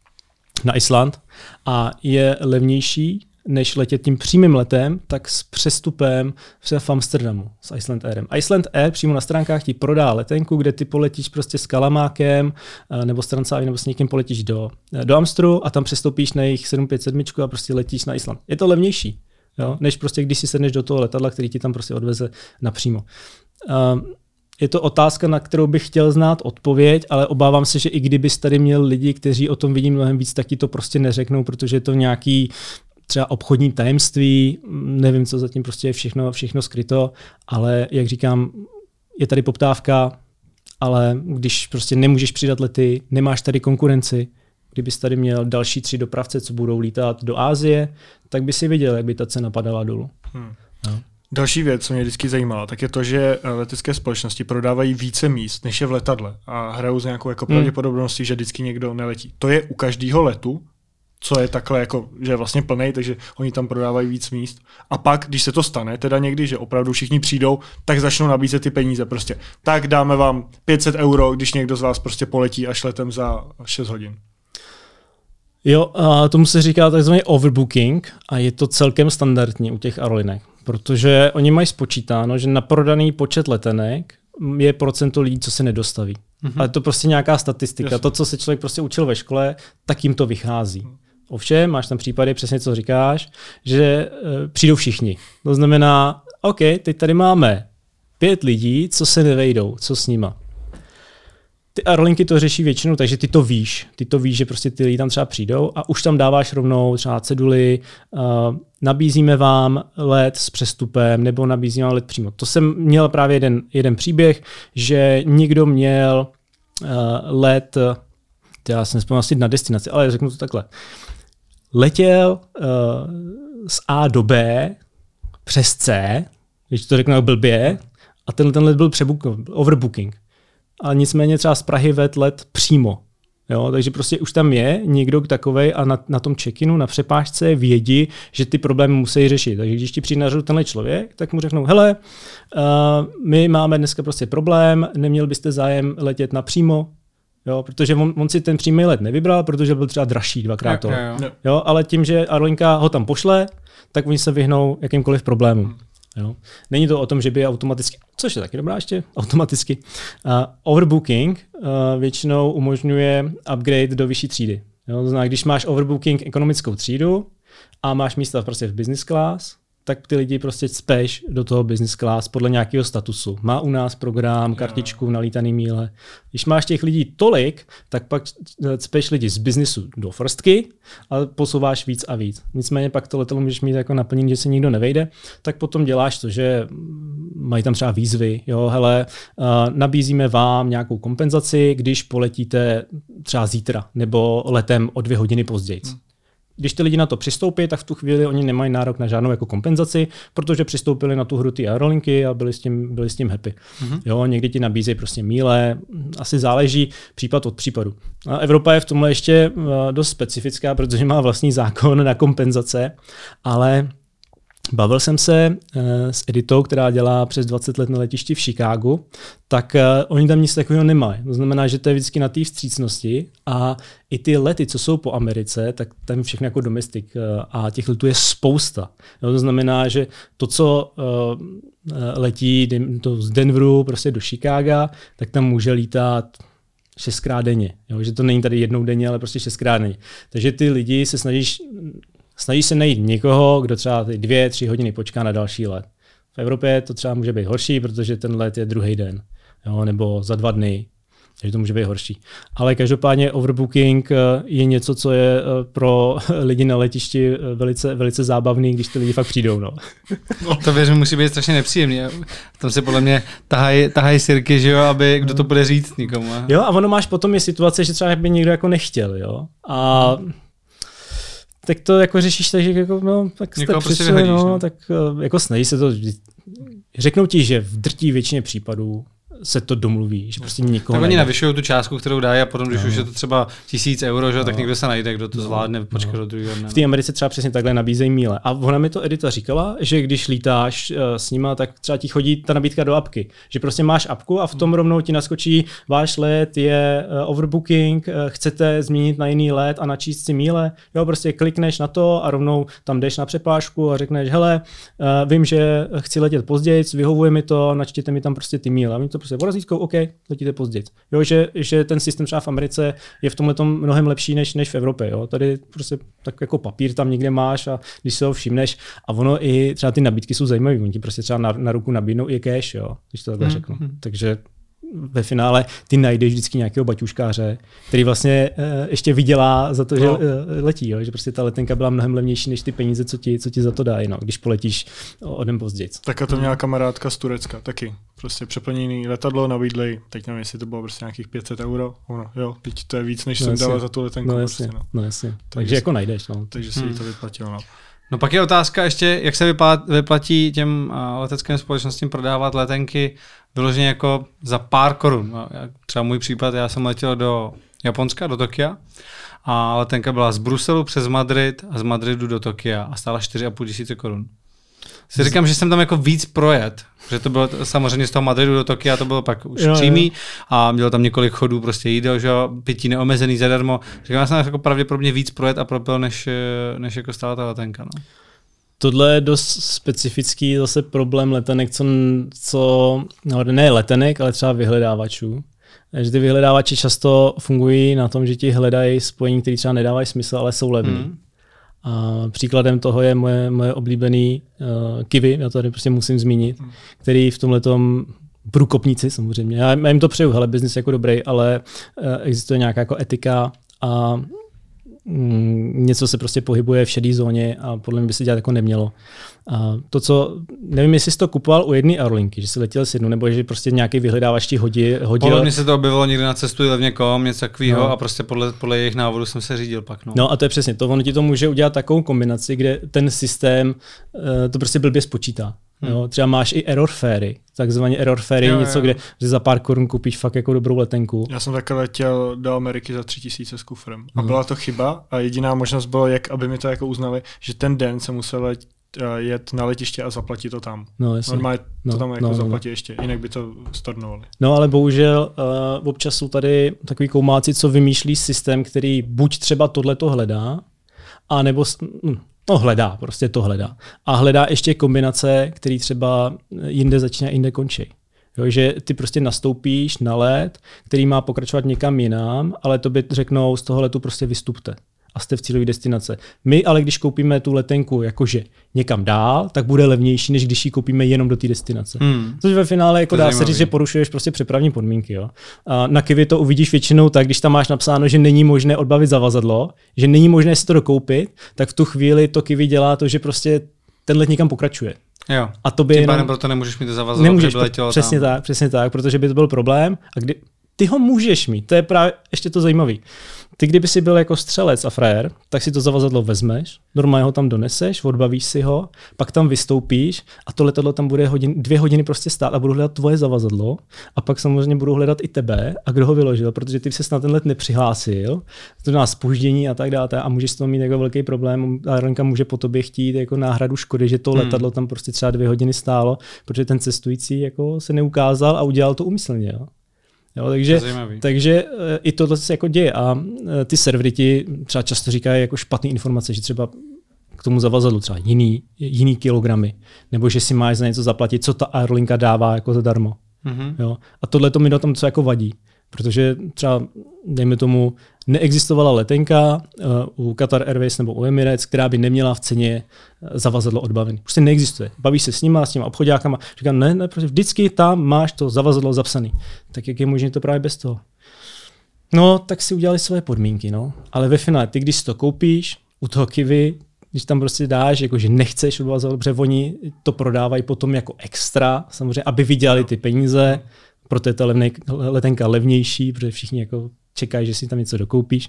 na Island a je levnější, než letět tím přímým letem, tak s přestupem v Amsterdamu s Iceland Airem. Iceland Air přímo na stránkách ti prodá letenku, kde ty poletíš prostě s Kalamákem nebo s Transavia nebo s někým poletíš do, do Amstru a tam přestoupíš na jejich sedm pět sedm a prostě letíš na Island. Je to levnější, jo, než prostě když si sedneš do toho letadla, který ti tam prostě odveze napřímo. Uh, Je to otázka, na kterou bych chtěl znát odpověď, ale obávám se, že i kdybys tady měl lidi, kteří o tom vidí mnohem víc, tak ti to prostě neřeknou, protože je to nějaký třeba obchodní tajemství, nevím, co zatím prostě je všechno, všechno skryto, ale jak říkám, je tady poptávka, ale když prostě nemůžeš přidat lety, nemáš tady konkurenci, kdybys tady měl další tři dopravce, co budou lítat do Asie, tak by si viděl, jak by ta cena padala dolů. Hmm. No. Další věc, co mě vždycky zajímala, tak je to, že letecké společnosti prodávají více míst, než je v letadle a hrajou za nějakou jako pravděpodobností, hmm. že vždycky někdo neletí. To je u každého letu, co je takhle jako, že je vlastně plnej, takže oni tam prodávají víc míst. A pak, když se to stane, teda někdy, že opravdu všichni přijdou, tak začnou nabízet ty peníze prostě. Tak dáme vám pět set euro, když někdo z vás prostě poletí až letem za šest hodin. Jo, a tomu se říká takzvaný overbooking a je to celkem standardní u těch aerolinek, protože oni mají spočítáno, že na prodaný počet letenek je procento lidí, co se nedostaví. Mm-hmm. Ale to prostě nějaká statistika. Jasně. To, co se člověk prostě učil ve škole, tak jim to vychází. Ovšem, máš tam případy, přesně co říkáš, že e, přijdou všichni. To znamená, OK, teď tady máme pět lidí, co se nevejdou, co s nima. Ty aerolinky to řeší většinou, takže ty to víš. Ty to víš, že prostě ty lidi tam třeba přijdou a už tam dáváš rovnou třeba ceduly, uh, nabízíme vám let s přestupem nebo nabízíme vám let přímo. To jsem měl právě jeden, jeden příběh, že někdo měl uh, let, já jsem nespomněl asi na destinaci, ale řeknu to takhle. Letěl uh, z A do B přes C, když to řeknu blbě, a ten, ten let byl přebooking, overbooking. Ale nicméně třeba z Prahy ved let přímo. Jo? Takže prostě už tam je někdo takovej a na, na tom check-inu, na přepážce vědí, že ty problémy musí řešit. Takže když ti přijde na řadu tenhle člověk, tak mu řeknou, hele, uh, my máme dneska prostě problém, neměl byste zájem letět napřímo, jo? Protože on, on si ten přímý let nevybral, protože byl třeba dražší dvakrát to. Jo? Ale tím, že aerolinka ho tam pošle, tak oni se vyhnou jakýmkoliv problémům. Jo. Není to o tom, že by automaticky, což je taky dobrá ještě, automaticky. Uh, overbooking uh, většinou umožňuje upgrade do vyšší třídy. Jo. To znamená, když máš overbooking ekonomickou třídu a máš místa prostě v business class, tak ty lidi prostě cpeš do toho business class podle nějakého statusu. Má u nás program, kartičku, nalítaný míle. Když máš těch lidí tolik, tak pak cpeš lidi z biznisu do firstky a posouváš víc a víc. Nicméně pak to letadlo můžeš mít jako naplnění, že se nikdo nevejde, tak potom děláš to, že mají tam třeba výzvy. Jo, hele, uh, nabízíme vám nějakou kompenzaci, když poletíte třeba zítra nebo letem o dvě hodiny později. Hmm. Když ty lidi na to přistoupí, tak v tu chvíli oni nemají nárok na žádnou jako kompenzaci, protože přistoupili na tu hru ty aerolinky a byli s tím, byli s tím happy. Mm-hmm. Jo, někdy ti nabízejí prostě míle, asi záleží případ od případu. A Evropa je v tomhle ještě dost specifická, protože má vlastní zákon na kompenzace, ale bavil jsem se uh, s Editou, která dělá přes dvacet let na letišti v Chicagu, tak uh, oni tam nic takového nemají. To znamená, že to je vždycky na té vstřícnosti a i ty lety, co jsou po Americe, tak tam všechno jako domestik uh, a těch letů je spousta. Jo, to znamená, že to, co uh, letí to z Denveru prostě do Chicaga, tak tam může lítat šestkrát denně. Jo, že to není tady jednou denně, ale prostě šestkrát denně. Takže ty lidi se snažíš Snaží se najít někoho, kdo třeba ty dvě, tři hodiny počká na další let. V Evropě to třeba může být horší, protože ten let je druhý den, jo, nebo za dva dny, takže to může být horší. Ale každopádně overbooking je něco, co je pro lidi na letišti velice, velice zábavný, když ty lidi fakt přijdou. No. No, to věřím, musí být strašně nepříjemný. Tam se podle mě tahají tahaj sirky, že jo, aby kdo to bude říct nikomu. Jo, a ono máš potom je situace, že třeba by někdo jako nechtěl, jo. A hmm. tak to jako řešíš tak, že jako, no, tak jste prostě přišli, vyhodíš, no, no. tak jako snaží se to, řeknou ti, že v drtí většině případů se to domluví, že prostě nikoho tak oni nejde. navyšují tu částku, kterou dají a potom, když no. už je to třeba tisíc euro, že, no. tak někdo se najde, kdo to zvládne, no. počkat no. do druhého dne. V té Americe třeba přesně takhle nabízejí míle. A ona mi to Edita říkala, že když lítáš uh, s nima, tak třeba ti chodí ta nabídka do apky. Že prostě máš apku a v tom rovnou ti naskočí, váš let je uh, overbooking, uh, chcete změnit na jiný let a načíst si míle. Jo, prostě klikneš na to a rovnou tam jdeš na přepážku a řekneš, hele, uh, vím, že chci letět později, vyhovuje mi to, načtěte mi tam prostě ty míle. A mi to prostě porazítkou, OK, letíte později. Jo, že, že ten systém třeba v Americe je v tomhletom mnohem lepší než, než v Evropě. Jo. Tady prostě tak jako papír tam někde máš a když se ho všimneš a ono i třeba ty nabídky jsou zajímavé. Oni ti prostě třeba na, na ruku nabídnou i cash, jo, když to takhle mm, řeknu. Mm. Takže ve finále ty najdeš vždycky nějakého baťuškáře, který vlastně uh, ještě vydělá za to, no. že uh, letí, jo? Že prostě ta letenka byla mnohem levnější než ty peníze, co ti, co ti za to dají, no, když poletíš o den později. Tak a to měla kamarádka z Turecka taky. Prostě přeplněný letadlo nabídlej, teď nevím, jestli to bylo prostě nějakých pět set euro. Ono, jo, teď to je víc, než no, jsem dala za tu letenku. No jasně, prostě, no. no. no jasně. Takže, takže jako najdeš. No. Takže si hmm. to vyplatilo. No. No pak je otázka ještě, jak se vyplatí těm leteckým společnostím prodávat letenky vyloženě jako za pár korun. No, třeba můj případ, já jsem letěl do Japonska, do Tokia a letenka byla z Bruselu přes Madrid a z Madridu do Tokia a stála čtyři a půl tisíce korun. Si říkám, že jsem tam jako víc projet, že to bylo samozřejmě z toho Madridu do Tokia, to bylo pak už přímý a mělo tam několik chodů prostě jídel, že jo, pití neomezený zadarmo. Říkám, já jsem jako pravděpodobně víc projet a propil, než, než jako stála ta letenka. No. Tohle je dost specifický zase problém letenek, co, co no, ne letenek, ale třeba vyhledávačů. Že ty vyhledávači často fungují na tom, že ti hledají spojení, které třeba nedávají smysl, ale jsou levný. Hmm. A příkladem toho je moje, moje oblíbený uh, Kiwi, já to tady prostě musím zmínit, hmm. který v tomhletom průkopníci samozřejmě. Já, já jim to přeju, hele, biznis jako dobrý, ale uh, existuje nějaká jako etika a mm, něco se prostě pohybuje v šedé zóně a podle mě by se dělat jako nemělo. A to, co, nevím, jestli jsi to kupoval u jedné aerolinky, že jsi letěl s jednou, nebo že prostě nějaký vyhledávač ti hodil. hodil. Podle mě se to objevilo někde na cestu levně kom, něco takového no. a prostě podle, podle jejich návodu jsem se řídil pak. No. no a to je přesně to, ono ti to může udělat takovou kombinaci, kde ten systém uh, to prostě blbě spočítá. Hmm. Jo, třeba máš i error fairy, takzvaně error fairy, jo, něco, jo. kde za pár korun koupíš fakt jako dobrou letenku. Já jsem takhle letěl do Ameriky za tři tisíce s kufrem a hmm. byla to chyba a jediná možnost bylo, jak aby mi to jako uznali, že ten den jsem musel let, jet na letiště a zaplatit to tam. No, jasně. Normálně to no, tam jako no, zaplatí no. ještě, jinak by to stornovali. No ale bohužel uh, občas jsou tady takový koumáci, co vymýšlí systém, který buď třeba tohleto hledá, anebo no hledá, prostě to hledá. A hledá ještě kombinace, které třeba jinde začíná, jinde končí. Jo, že ty prostě nastoupíš na let, který má pokračovat někam jinam, ale to by řeknou, z toho letu prostě vystupte. a jste v cílové destinace. My ale když koupíme tu letenku jakože někam dál, tak bude levnější, než když ji koupíme jenom do té destinace. Hmm. Což ve finále jako dá se říct, že porušuješ prostě přepravní podmínky. Jo. A na Kiwi to uvidíš většinou tak, když tam máš napsáno, že není možné odbavit zavazadlo, že není možné si to dokoupit, tak v tu chvíli to Kiwi dělá to, že prostě ten let někam pokračuje. Jo. A to by Tím jenom... pádem proto nemůžeš mít to zavazadlo, nemůžeš, by letělo přesně tam. tak, přesně tak, protože by to byl problém. A kdy ty ho můžeš mít, to je právě ještě to zajímavé. Ty kdyby si byl jako střelec a frajer, tak si to zavazadlo vezmeš, normálně ho tam doneseš, odbavíš si ho, pak tam vystoupíš a to letadlo tam bude hodin, dvě hodiny prostě stát a budu hledat tvoje zavazadlo a pak samozřejmě budu hledat i tebe a kdo ho vyložil, protože ty se na ten let nepřihlásil, to má zpoždění a tak dále a můžeš z toho mít jako velký problém. Aerolinka může po tobě chtít jako náhradu škody, že to hmm. letadlo tam prostě třeba dvě hodiny stálo, protože ten cestující jako se neukázal a udělal to úmyslně. Jo. Jo, takže, takže i tohle se jako děje a ty servery ti třeba často říkají jako špatné informace, že třeba k tomu zavazadlu třeba jiný, jiný kilogramy, nebo že si máš za něco zaplatit, co ta aerolinka dává jako zadarmo. Mm-hmm. Jo. A tohle to mi do tom co jako vadí, protože třeba dejme tomu neexistovala letenka uh, u Qatar Airways nebo u Emirates, která by neměla v ceně zavazadlo odbavený. Prostě neexistuje. Bavíš se s nima, s těma obchodákama, říká, ne, ne, prostě vždycky tam máš to zavazadlo zapsaný. Tak jak je možné to právě bez toho? No, tak si udělali své podmínky, no. Ale ve finále, ty když si to koupíš u toho Kiwi, když tam prostě dáš, jako že nechceš odvazadlo, protože oni to prodávají potom jako extra, samozřejmě, aby vydělali ty peníze, proto je ta levnej, letenka levnější, protože všichni jako čekají, že si tam něco dokoupíš.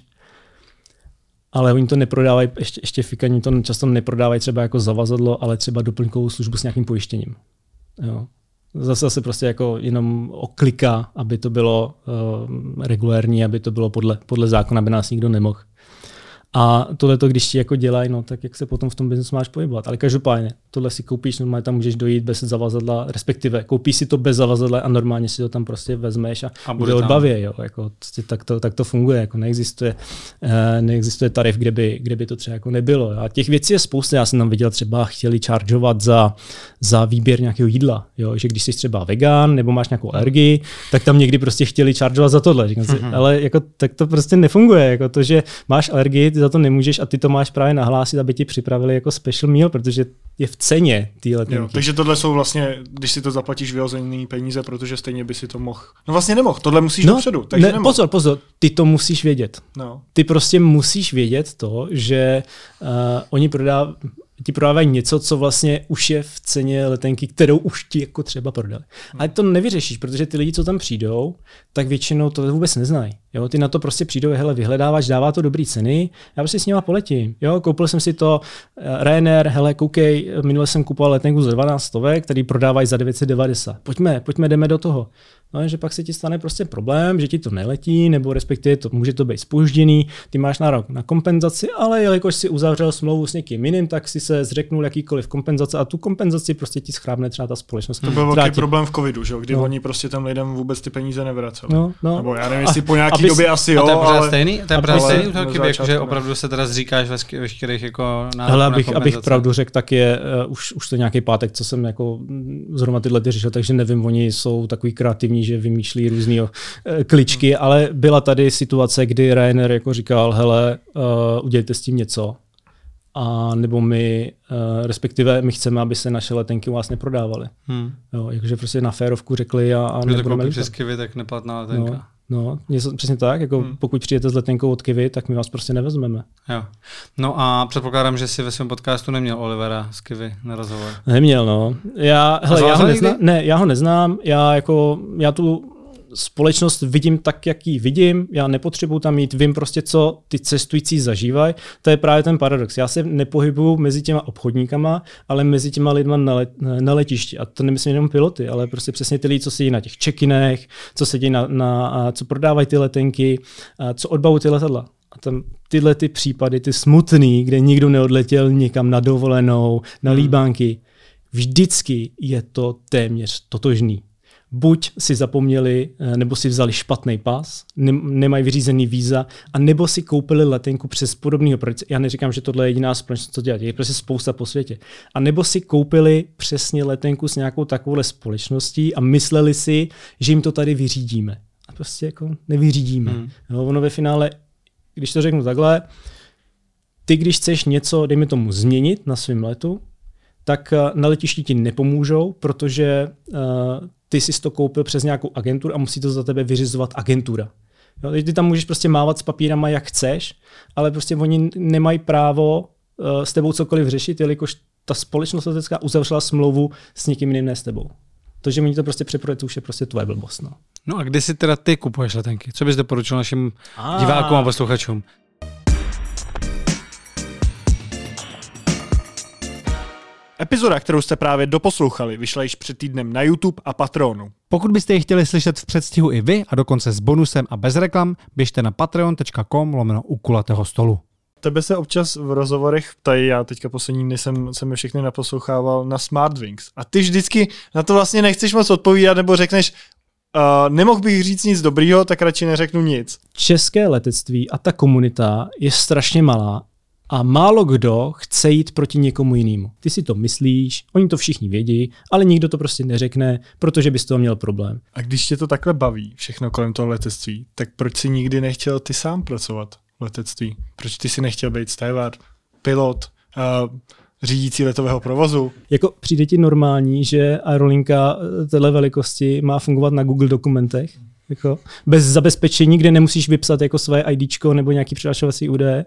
Ale oni to neprodávají, ještě, ještě fikaní to často neprodávají třeba jako zavazadlo, ale třeba doplňkovou službu s nějakým pojištěním. Jo. Zase, zase prostě jako jenom oklika, aby to bylo uh, regulérní, aby to bylo podle, podle zákona, aby nás nikdo nemohl. A tohle to, když ti jako dělají, no, tak jak se potom v tom biznesu máš pohybovat. Ale každopádně, tohle si koupíš, normálně tam můžeš dojít bez zavazadla, respektive koupíš si to bez zavazadla a normálně si to tam prostě vezmeš a, a bude odbavě. Jo, jako, tak, to, tak to funguje, jako neexistuje, uh, neexistuje tarif, kde by, kde by to třeba jako nebylo. A těch věcí je spousta, já jsem tam viděl třeba chtěli chargeovat za, za výběr nějakého jídla, jo, že když jsi třeba vegan nebo máš nějakou alergii, tak tam někdy prostě chtěli chargeovat za tohle. Říkám si, mm-hmm. ale jako, tak to prostě nefunguje, jako to, že máš alergii, za to nemůžeš a ty to máš právě nahlásit, aby ti připravili jako special meal, protože je v ceně ty letenky. Takže tohle jsou vlastně, když si to zaplatíš vyhozený peníze, protože stejně by si to mohl. No vlastně nemohl, tohle musíš no, dopředu. Takže ne, pozor, pozor, ty to musíš vědět. No. Ty prostě musíš vědět to, že uh, oni prodávají ti prodávají něco, co vlastně už je v ceně letenky, kterou už ti jako třeba prodali. Hmm. Ale to nevyřešíš, protože ty lidi, co tam přijdou, tak většinou to vůbec neznají. Jo, ty na to prostě přijdou, hele, vyhledávač, dává to dobrý ceny, já prostě s nima poletím. Jo, koupil jsem si to Ryanair, hele, koukej, minule jsem kupoval letenku za dvanáct stovek, který prodávají za devět set devadesát. Pojďme, pojďme, jdeme do toho. No, že pak se ti stane prostě problém, že ti to neletí, nebo respektive to, může to být zpožděný, ty máš nárok na kompenzaci, ale jelikož si uzavřel smlouvu s někým jiným, tak si se zřeknul jakýkoliv kompenzace a tu kompenzaci prostě ti schrábne třeba ta společnost. To byl velký problém v covidu, že? Kdy no. oni prostě tam lidem vůbec ty peníze nevraceli. No, no. Nebo já nevím, jestli po nějaký abys, době asi jo, a to je pořád ale... stejný? To je pořád stejný u toho Kiwi, jakože ne. opravdu se teda zříkáš ve veškerých jako nároků Hele, na abych, kompenzace. abych pravdu řekl, tak je uh, už, už to nějaký pátek, co jsem jako zrovna tyhle ty řešil, takže nevím, oni jsou takový kreativní, že vymýšlí různý uh, kličky, hmm. ale byla tady situace, kdy Ryanair jako říkal, hele, uh, udělejte s tím něco. A nebo my, uh, respektive my chceme, aby se naše letenky u vás neprodávaly. Hmm. Jo, jakože prostě na férovku řekli a, a nebudeme lítat. Přes Kiwi, tak neplatná letenka. No. No, něco, přesně tak, jako hmm. pokud přijete s letenkou od Kiwi, tak my vás prostě nevezmeme. Jo. No a předpokládám, že jsi ve svém podcastu neměl Olivera z Kiwi na rozhovor. Neměl, no. Já, hele, já, ho neznám, ne, já ho neznám, já jako, já tu společnost vidím tak, jak ji vidím, já nepotřebuji tam mít, vím prostě, co ty cestující zažívají. To je právě ten paradox. Já se nepohybuju mezi těma obchodníkama, ale mezi těma lidma na, let, na letišti. A to nemyslím jenom piloty, ale prostě přesně ty lidi, co sedí na těch check-inech, co sedí na, na co prodávají ty letenky, co odbavují ty letadla. A tam tyhle ty případy, ty smutný, kde nikdo neodletěl někam na dovolenou, na hmm. líbánky, vždycky je to téměř totožný. Buď si zapomněli, nebo si vzali špatný pas, nemají vyřízený víza, a nebo si koupili letenku přes podobného prodejce. Já neříkám, že tohle je jediná společnost, co dělat, je prostě spousta po světě. A nebo si koupili přesně letenku s nějakou takovou společností a mysleli si, že jim to tady vyřídíme. A prostě jako nevyřídíme. Hmm. No, ono ve finále, když to řeknu takhle, ty, když chceš něco, dejme tomu, změnit na svém letu, tak na letišti ti nepomůžou, protože uh, ty jsi to koupil přes nějakou agenturu a musí to za tebe vyřizovat agentura. Jo, ty tam můžeš prostě mávat s papírama, jak chceš, ale prostě oni nemají právo uh, s tebou cokoliv řešit, jelikož ta společnost letecká uzavřela smlouvu s někým jiným, ne s tebou. To, že oni to prostě přeprodají, to už je prostě tvoje blbost. No. no a kdy si teda ty kupuješ letenky? Co bys doporučil našim a. divákům a posluchačům? Epizoda, kterou jste právě doposlouchali, vyšla již před týdnem na YouTube a Patreonu. Pokud byste ji chtěli slyšet v předstihu i vy a dokonce s bonusem a bez reklam, běžte na patreon tečka com lomeno u kulatého stolu. Tebe se občas v rozhovorech ptají, já teďka poslední dny jsem, jsem je všechny naposlouchával na Smartwings. A ty vždycky na to vlastně nechceš moc odpovídat, nebo řekneš, uh, nemohl bych říct nic dobrýho, tak radši neřeknu nic. České letectví a ta komunita je strašně malá a málo kdo chce jít proti někomu jinému. Ty si to myslíš, oni to všichni vědí, ale nikdo to prostě neřekne, protože bys toho měl problém. A když tě to takhle baví, všechno kolem toho letectví, tak proč si nikdy nechtěl ty sám pracovat v letectví? Proč ty si nechtěl být steward, pilot, uh, řídící letového provozu? Jako přijde ti normální, že aerolinka téhle velikosti má fungovat na Google dokumentech? Jako bez zabezpečení, kde nemusíš vypsat jako své IDčko nebo nějaký přihlašovací údaje.